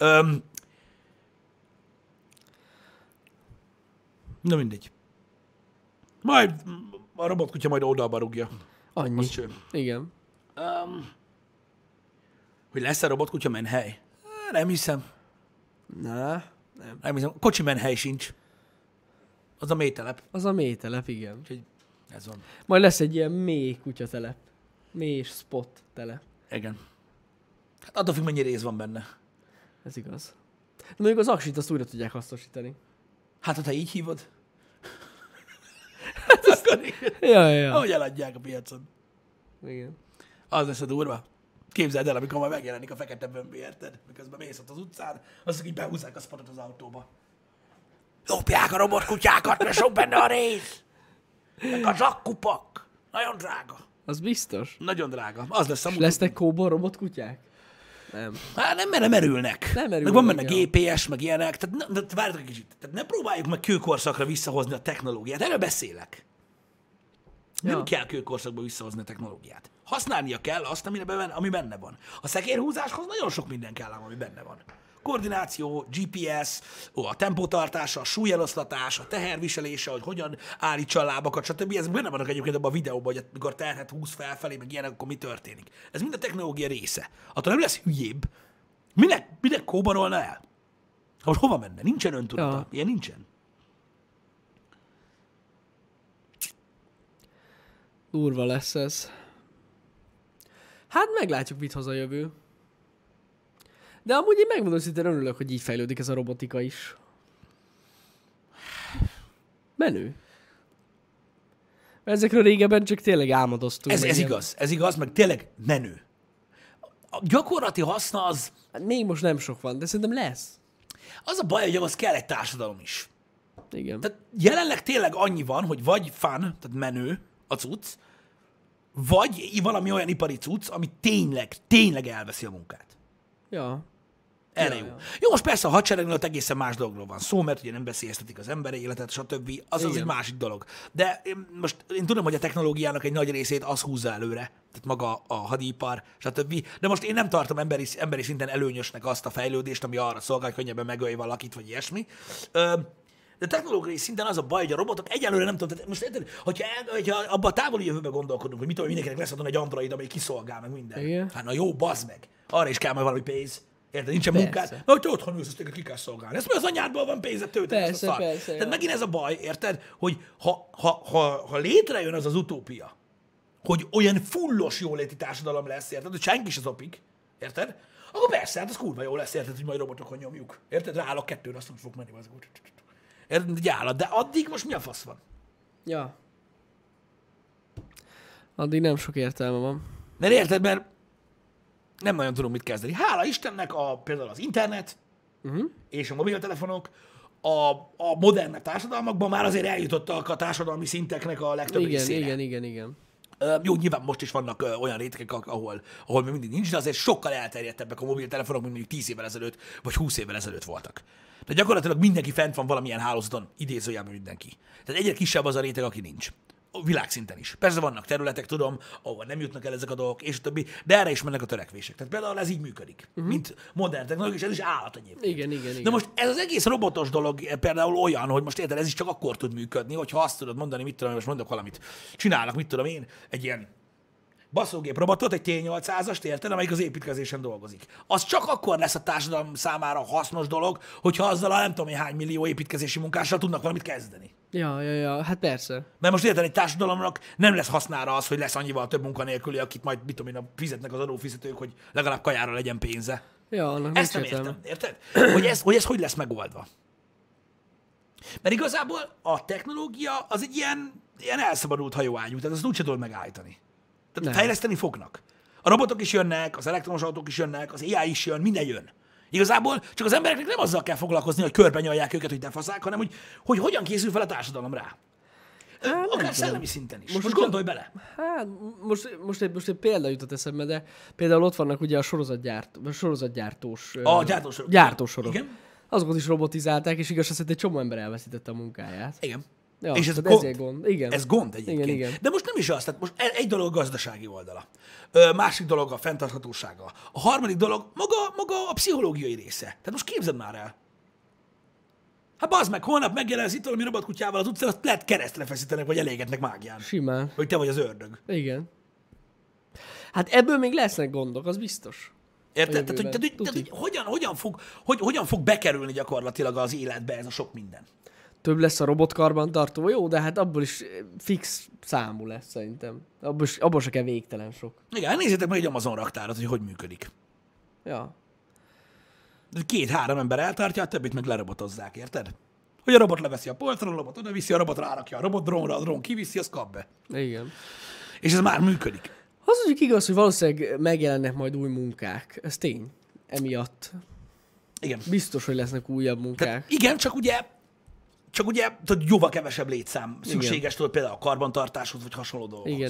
Na mindegy. Majd a robotkutya majd oldalba rúgja.
Annyi.
Az cső.
Igen.
Hogy lesz-e robotkutya menhely? Nem hiszem.
Nem.
Nem hiszem. Kocsi menhely sincs. Az a mélytelep.
Az a mélytelep, igen.
Úgyhogy ez van.
Majd lesz egy ilyen mély kutyatelep. Mély spot telep.
Igen. Hát attól függ, mennyi rész van benne.
Ez igaz. De mondjuk az aksit azt újra tudják hasznosítani.
Hát, ha te így hívod. Hát akkor igen.
Ja.
Ahogy eladják a piacon.
Igen.
Az lesz a durva. Képzeld el, amikor majd megjelenik a fekete bömbi, érted? Miközben mész ott az utcán, azok így behúzzák a spotot az autóba. Lopják a robotkutyákat, mert sok benne a rész. Meg a zsakkupak. Nagyon drága.
Az biztos.
Nagyon drága. Az lesz a
És lesznek kóbor robotkutyák? Nem.
Hát nem, mert nem erülnek.
Nem erülnek,
Meg van benne
ja.
GPS, meg ilyenek. Tehát várjatok egy kicsit. Tehát ne próbáljuk meg kőkorszakra visszahozni a technológiát. Erről beszélek. Nem
Ja.
kell kőkorszakba visszahozni a technológiát. Használnia kell azt, ami benne van. A szekérhúzáshoz nagyon sok minden kell, ami benne van. Koordináció, GPS, a tempótartása, a súlyeloszlatás, a teherviselése, hogy hogyan állítsa a lábakat, stb. Ezek benne vannak egyébként abban a videóban, hogy mikor terhet húz felfelé, meg ilyenek, akkor mi történik. Ez mind a technológia része. Attól nem lesz hülyébb. Minek kóbarolna el? Most hova menne? Nincsen öntudata.
Ja.
Ilyen nincsen.
Durva lesz ez. Hát meglátjuk, mit hoz a jövő. De amúgy én megmondom szintén örülök, hogy így fejlődik ez a robotika is. Menő. Mert ezekről régebben csak tényleg álmodoztunk.
Ez
meg ilyen-
igaz, meg tényleg menő. A gyakorlati haszna az
Hát még most nem sok van, de szerintem lesz.
a baj, hogy az kell egy társadalom is.
Igen.
Tehát jelenleg tényleg annyi van, hogy vagy fun, tehát menő a cucc, vagy valami olyan ipari cucc, ami tényleg elveszi a munkát.
Ja.
Erre
Ja,
jó.
ja.
Jó, most persze a hadseregnél ott egészen más dologról van szó, mert ugye nem veszélyeztetik az emberi életet, stb. Az egy
Igen.
másik dolog. De én tudom, hogy a technológiának egy nagy részét az húzza előre, tehát maga a hadipar, stb. De most én nem tartom emberi szinten előnyösnek azt a fejlődést, ami arra szolgál, hogy könnyebben megölj valakit, vagy ilyesmi. De technológiai szinten az a baj, hogy a robotok egyelőre nem tudom, tehát most érted, hogyha abban a távoli jövőben gondolkodunk, hogy mit tudom, hogy mindenkinek lesz otthon egy android, amely kiszolgál meg minden.
Igen.
Hát na jó, bazd meg. Arra is kell majd valami pénz. Érted? Nincsen
Persze.
munkád. Na, hogy otthon ülsz, azt téged ki kell szolgálni. Ezt mi az anyádból van pénzed tölteni ezt a
Persze,
szart.
persze,
Tehát
ja.
megint ez a baj, érted? Hogy ha létrejön az az utópia, hogy olyan fullos jóléti társadalom lesz, érted? Hogy senki se zopik, érted? Akkor persze, hát az kurva jó lesz, érted, hogy majd robotokon nyomjuk. Érted? Ráállok kettőre, azt nem fog menni az úgy. Érted? Egy állat. De addig most mi a fasz van?
Ja. Addig nem sok értelme van.
Mert érted, mert nem nagyon tudom mit kezdeni. Hála Istennek például az internet és a mobiltelefonok a modern társadalmakban már azért eljutottak a társadalmi szinteknek a legtöbb részére.
Igen.
Jó, nyilván most is vannak olyan rétegek, ahol még mindig nincs, de azért sokkal elterjedtebbek a mobiltelefonok, mint mondjuk 10 évvel ezelőtt, vagy 20 évvel ezelőtt voltak. De gyakorlatilag mindenki fent van valamilyen hálózaton, idézőjelben mindenki. Tehát egyre kisebb az a réteg, aki nincs. Világszinten is. Persze vannak területek, tudom, ahol nem jutnak el ezek a dolgok, és a többi, de erre is mennek a törekvések. Tehát például ez így működik, mint modern technológia, és ez is állat egyébként.
Igen.
De most ez az egész robotos dolog például olyan, hogy most érted, ez is csak akkor tud működni, hogyha azt tudod mondani, mit tudom, most mondok valamit. Csinálnak, mit tudom én, egy ilyen baszógép robotot, egy T800-ast, érted, amelyik az építkezésen dolgozik. Az csak akkor lesz a társadalom számára hasznos dolog, hogyha azzal a nem tudom én hány millió építkezési munkással tudnak valamit kezdeni.
Ja, hát persze.
Mert most érted, egy társadalomnak nem lesz hasznára az, hogy lesz annyival több munkanélküli, akit majd, mit tudom én, fizetnek az adófizetők, hogy legalább kajára legyen pénze.
Ja, annak
Ezt nem
nincs értelme.
értem, érted? Hogy ez hogy lesz megoldva. Mert igazából a technológia az egy ilyen elszabadult hajóágyú, tehát azt úgyse tudod megállítani. Tehát
Nem.
fejleszteni fognak. A robotok is jönnek, az elektromos autók is jönnek, az AI is jön, minden jön. Igazából csak az embereknek nem azzal kell foglalkozni, hogy körben nyalják őket, hogy te faszák, hanem hogy hogyan készül fel a társadalom rá. Akár szellemi szinten is. Most gondolj bele.
Hát, most egy példa jutott eszembe, de például ott vannak ugye a sorozatgyártós...
A gyártósorok.
Gyártósorok.
Igen.
Azokat is robotizálták, és igaz, szerint egy csomó ember elveszítette a munkáját.
Igen.
Ja,
és ez
tehát
gond.
ezért gond. Igen.
Ez gond egyébként.
Igen.
De most nem is az, tehát most egy dolog a gazdasági oldala. Másik dolog a fenntarthatósága. A harmadik dolog maga a pszichológiai része. Tehát most képzeld már el. Hát bazd meg, holnap megjelensz itt valami robotkutyával az utcán, azt lehet keresztre feszítenek, vagy elégetnek mágián.
Simán.
Hogy te vagy az ördög.
Igen. Hát ebből még lesznek gondok, az biztos.
Érted?
A
Tehát,
jövőben.
hogy hogyan fog bekerülni gyakorlatilag az életbe ez a sok minden?
Több lesz a robotkarbantartó, jó, de hát abból is fix számú lesz szerintem. Abból se kell végtelen sok.
Igen, nézzétek meg egy Amazon raktárat, hogy működik.
Ja.
2-3 ember eltartja, a többit meg lerobotozzák, érted? Hogy a robot leveszi a polcról, a robot oda viszi, a robot rárakja a robot drónra, a drón kiviszi, az kap be.
Igen.
És ez már működik.
Az mondjuk igaz, hogy valószínűleg megjelennek majd új munkák. Ez tény. Emiatt.
Igen.
Biztos, hogy lesznek újabb munkák.
Tehát igen, csak ugye tudod, jóval kevesebb létszám szükséges, tudod, például a karbantartáshoz, vagy hasonló dolgokhoz.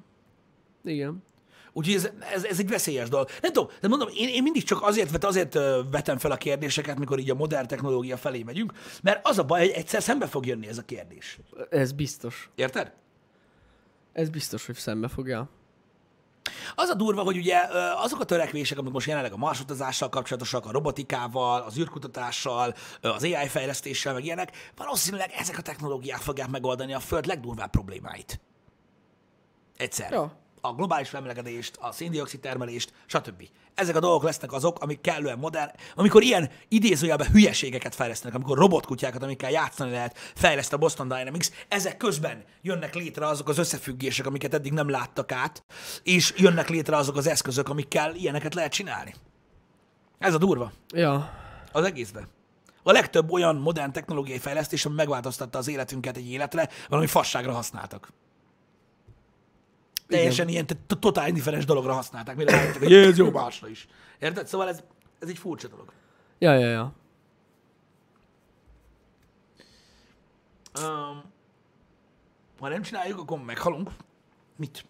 Igen.
Úgyhogy ez egy veszélyes dolog. Nem tudom, de mondom, én mindig csak azért vetem fel a kérdéseket, mikor így a modern technológia felé megyünk, mert az a baj, hogy egyszer szembe fog jönni ez a kérdés.
Ez biztos.
Érted?
Ez biztos, hogy szembe fogja.
Az a durva, hogy ugye azok a törekvések, amik most jelenleg a marsutazással kapcsolatosak, a robotikával, az űrkutatással, az AI fejlesztéssel, meg ilyenek, valószínűleg ezek a technológiák fogják megoldani a Föld legdurvább problémáit. Egyszer.
Ja.
A globális felmelegedést, a széndioxid termelést, stb. Ezek a dolgok lesznek azok, amik kellően modern, amikor ilyen idézőjelben hülyeségeket fejlesztenek, amikor robotkutyákat, amikkel játszani lehet, fejleszt a Boston Dynamics, ezek közben jönnek létre azok az összefüggések, amiket eddig nem láttak át, és jönnek létre azok az eszközök, amikkel ilyeneket lehet csinálni. Ez a durva.
Ja.
Az egészben. A legtöbb olyan modern technológiai fejlesztés, ami megváltoztatta az életünket egy életre, valami fasságra használtak. Teljesen ilyen totál indiferens dologra használták, mire rájöttek, hogy ez jó másra is. Érted? Szóval ez egy furcsa dolog.
Ja.
Ha nem csináljuk, akkor meghalunk. Mit?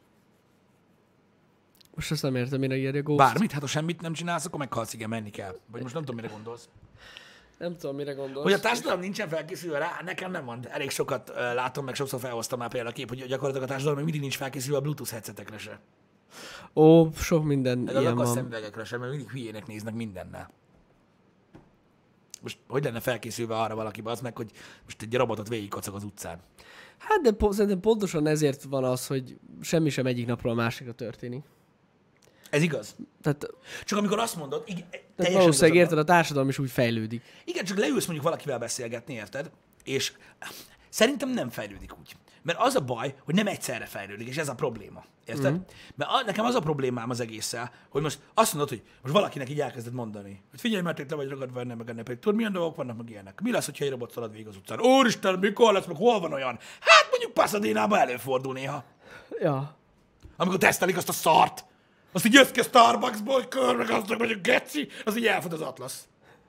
Most azt nem értem, mire írja Ghost.
Bármit? Hát ha semmit nem csinálsz, akkor meghalsz, igen, menni kell. Vagy most nem tudom, mire gondolsz.
Nem tudom, mire gondolsz.
Hogy a társadalom nincsen felkészülve rá, nekem nem van. Elég sokat látom, meg sokszor felhoztam már például a kép, hogy gyakorlatilag a társadalom még mindig nincs felkészülve a Bluetooth headsetekre se.
Ó, sok minden
Meg a
ilyen
lakas
van.
szemüvegekre sem, mert mindig hülyének néznek mindennel. Most hogy lenne felkészülve arra valaki, az meg, hogy most egy robotot végigkocog az utcán?
Hát de szerintem pontosan ezért van az, hogy semmi sem egyik napról a másikra történik.
Ez igaz.
Tehát
Csak amikor azt mondod,
Tehát
Teljesen
valószínűleg
igazad
érted, a társadalom is úgy fejlődik.
Igen, csak leülsz mondjuk valakivel beszélgetni, érted? És szerintem nem fejlődik úgy. Mert az a baj, hogy nem egyszerre fejlődik, és ez a probléma. Érted? Mert nekem az a problémám az egésszel, hogy most azt mondod, hogy most valakinek így elkezded mondani, hogy figyelj, mert itt le vagy ragadva ennek, meg ennek, pedig tudod, milyen dolgok vannak, meg ilyenek. Mi lesz, hogyha egy robot szalad végig az utcán? Úristen, mikor lesz, meg hol van olyan? Hát mondjuk Pasadénában előfordul néha.
Ja.
Amikor tesztelik azt a szart, azt így jössz ki a Starbucksból, hogy körbe gazdag vagyok, geci, az így elfut az atlasz.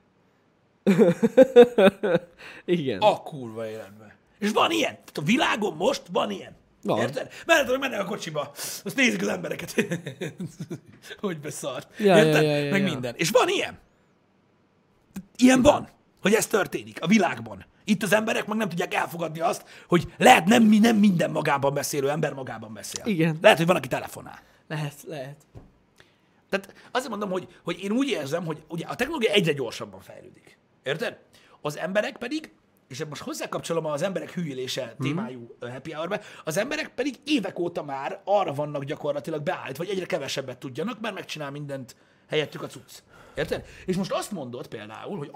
Igen.
A kurva életben. És van ilyen. Tehát a világon most van ilyen.
Van.
Érted? Mennek a kocsiba, azt nézik az embereket, hogy beszart.
Ja,
Érted?
ja,
Meg
ja.
minden. És van ilyen. Ilyen van, hogy ez történik a világban. Itt az emberek meg nem tudják elfogadni azt, hogy lehet nem minden magában beszélő ember magában beszél.
Igen.
Lehet, hogy van, aki telefonál.
Lehet.
Tehát azért mondom, hogy én úgy érzem, hogy ugye a technológia egyre gyorsabban fejlődik. Érted? Az emberek pedig, és most hozzákapcsolom az emberek hűlése témájú happy hour-be, az emberek pedig évek óta már arra vannak gyakorlatilag beállítva, hogy egyre kevesebbet tudjanak, mert megcsinál mindent helyettük a cucc. Érted? És most azt mondod például, hogy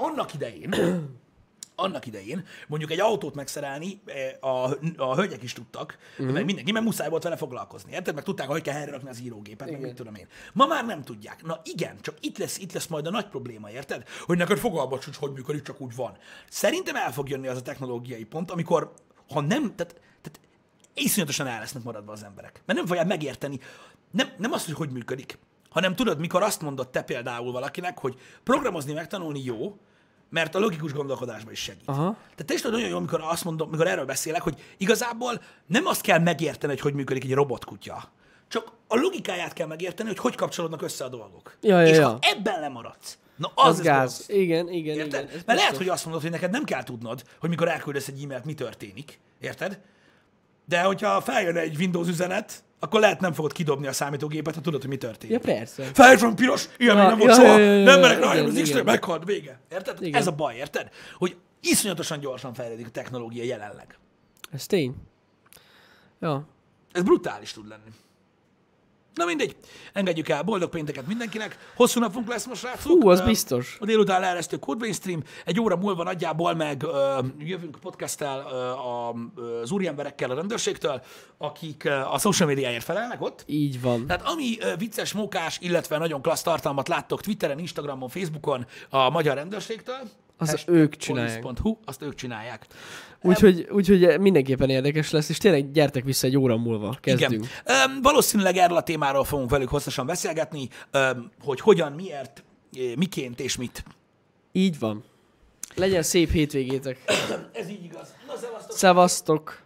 annak idején mondjuk egy autót megszerelni a hölgyek is tudtak, meg mindenki, mert muszáj volt vele foglalkozni. Érted? Meg tudták, hogy kell helyre rakni az írógépet, meg mit tudom én. Ma már nem tudják. Na igen, csak itt lesz majd a nagy probléma, érted? Hogy neked fogalmad sincs, hogy működik, csak úgy van. Szerintem el fog jönni az a technológiai pont, amikor, ha nem, tehát iszonyatosan el lesznek maradva az emberek. Mert nem fogják megérteni, nem azt, hogy működik, hanem tudod, mikor azt mondod te például valakinek, hogy programozni, megtanulni jó, mert a logikus gondolkodásban is segít.
Aha.
Tehát te is tudod nagyon jó, amikor azt mondom, mikor erről beszélek, hogy igazából nem azt kell megérteni, hogy működik egy robotkutya, csak a logikáját kell megérteni, hogy kapcsolódnak össze a dolgok.
Ja,
és
ja.
ha ebben lemaradsz, na az
gáz.
rossz.
Igen.
Érted?
Ez
Mert lehet,
biztos.
hogy azt mondod, hogy neked nem kell tudnod, hogy mikor elküldesz egy e-mailt, mi történik. Érted? De hogyha feljön egy Windows üzenet, akkor lehet nem fogod kidobni a számítógépet, ha tudod, hogy mi történik.
Ja, persze.
Feljön van piros, ilyen még nem volt
ja,
soha,
ja,
nem merek
igen,
rájön, az
igen.
Isten meghalt, vége. Érted?
Igen.
Ez a baj, érted? Hogy iszonyatosan gyorsan fejlődik a technológia jelenleg.
Ez tény. Ja.
Ez brutális tud lenni. Na mindegy, engedjük el, boldog pénteket mindenkinek. Hosszú napunk lesz most, srácok.
Hú, az biztos.
A délután leeresztő Code Vein Stream, egy óra múlva nagyjából meg jövünk podcasttel az úriemberekkel a rendőrségtől, akik a social médiáért felelnek ott.
Így van.
Tehát ami vicces, mókás, illetve nagyon klassz tartalmat láttok Twitteren, Instagramon, Facebookon a magyar rendőrségtől,
Az ők csinálják.
police.hu, azt ők csinálják.
Úgyhogy mindenképpen érdekes lesz, és tényleg gyertek vissza egy óra múlva. Kezdünk.
Igen. Valószínűleg erről a témáról fogunk velük hosszasan beszélgetni, hogy hogyan, miért, miként és mit.
Így van. Legyen szép hétvégétek.
Ez így igaz. Na, szevasztok!
Szevasztok!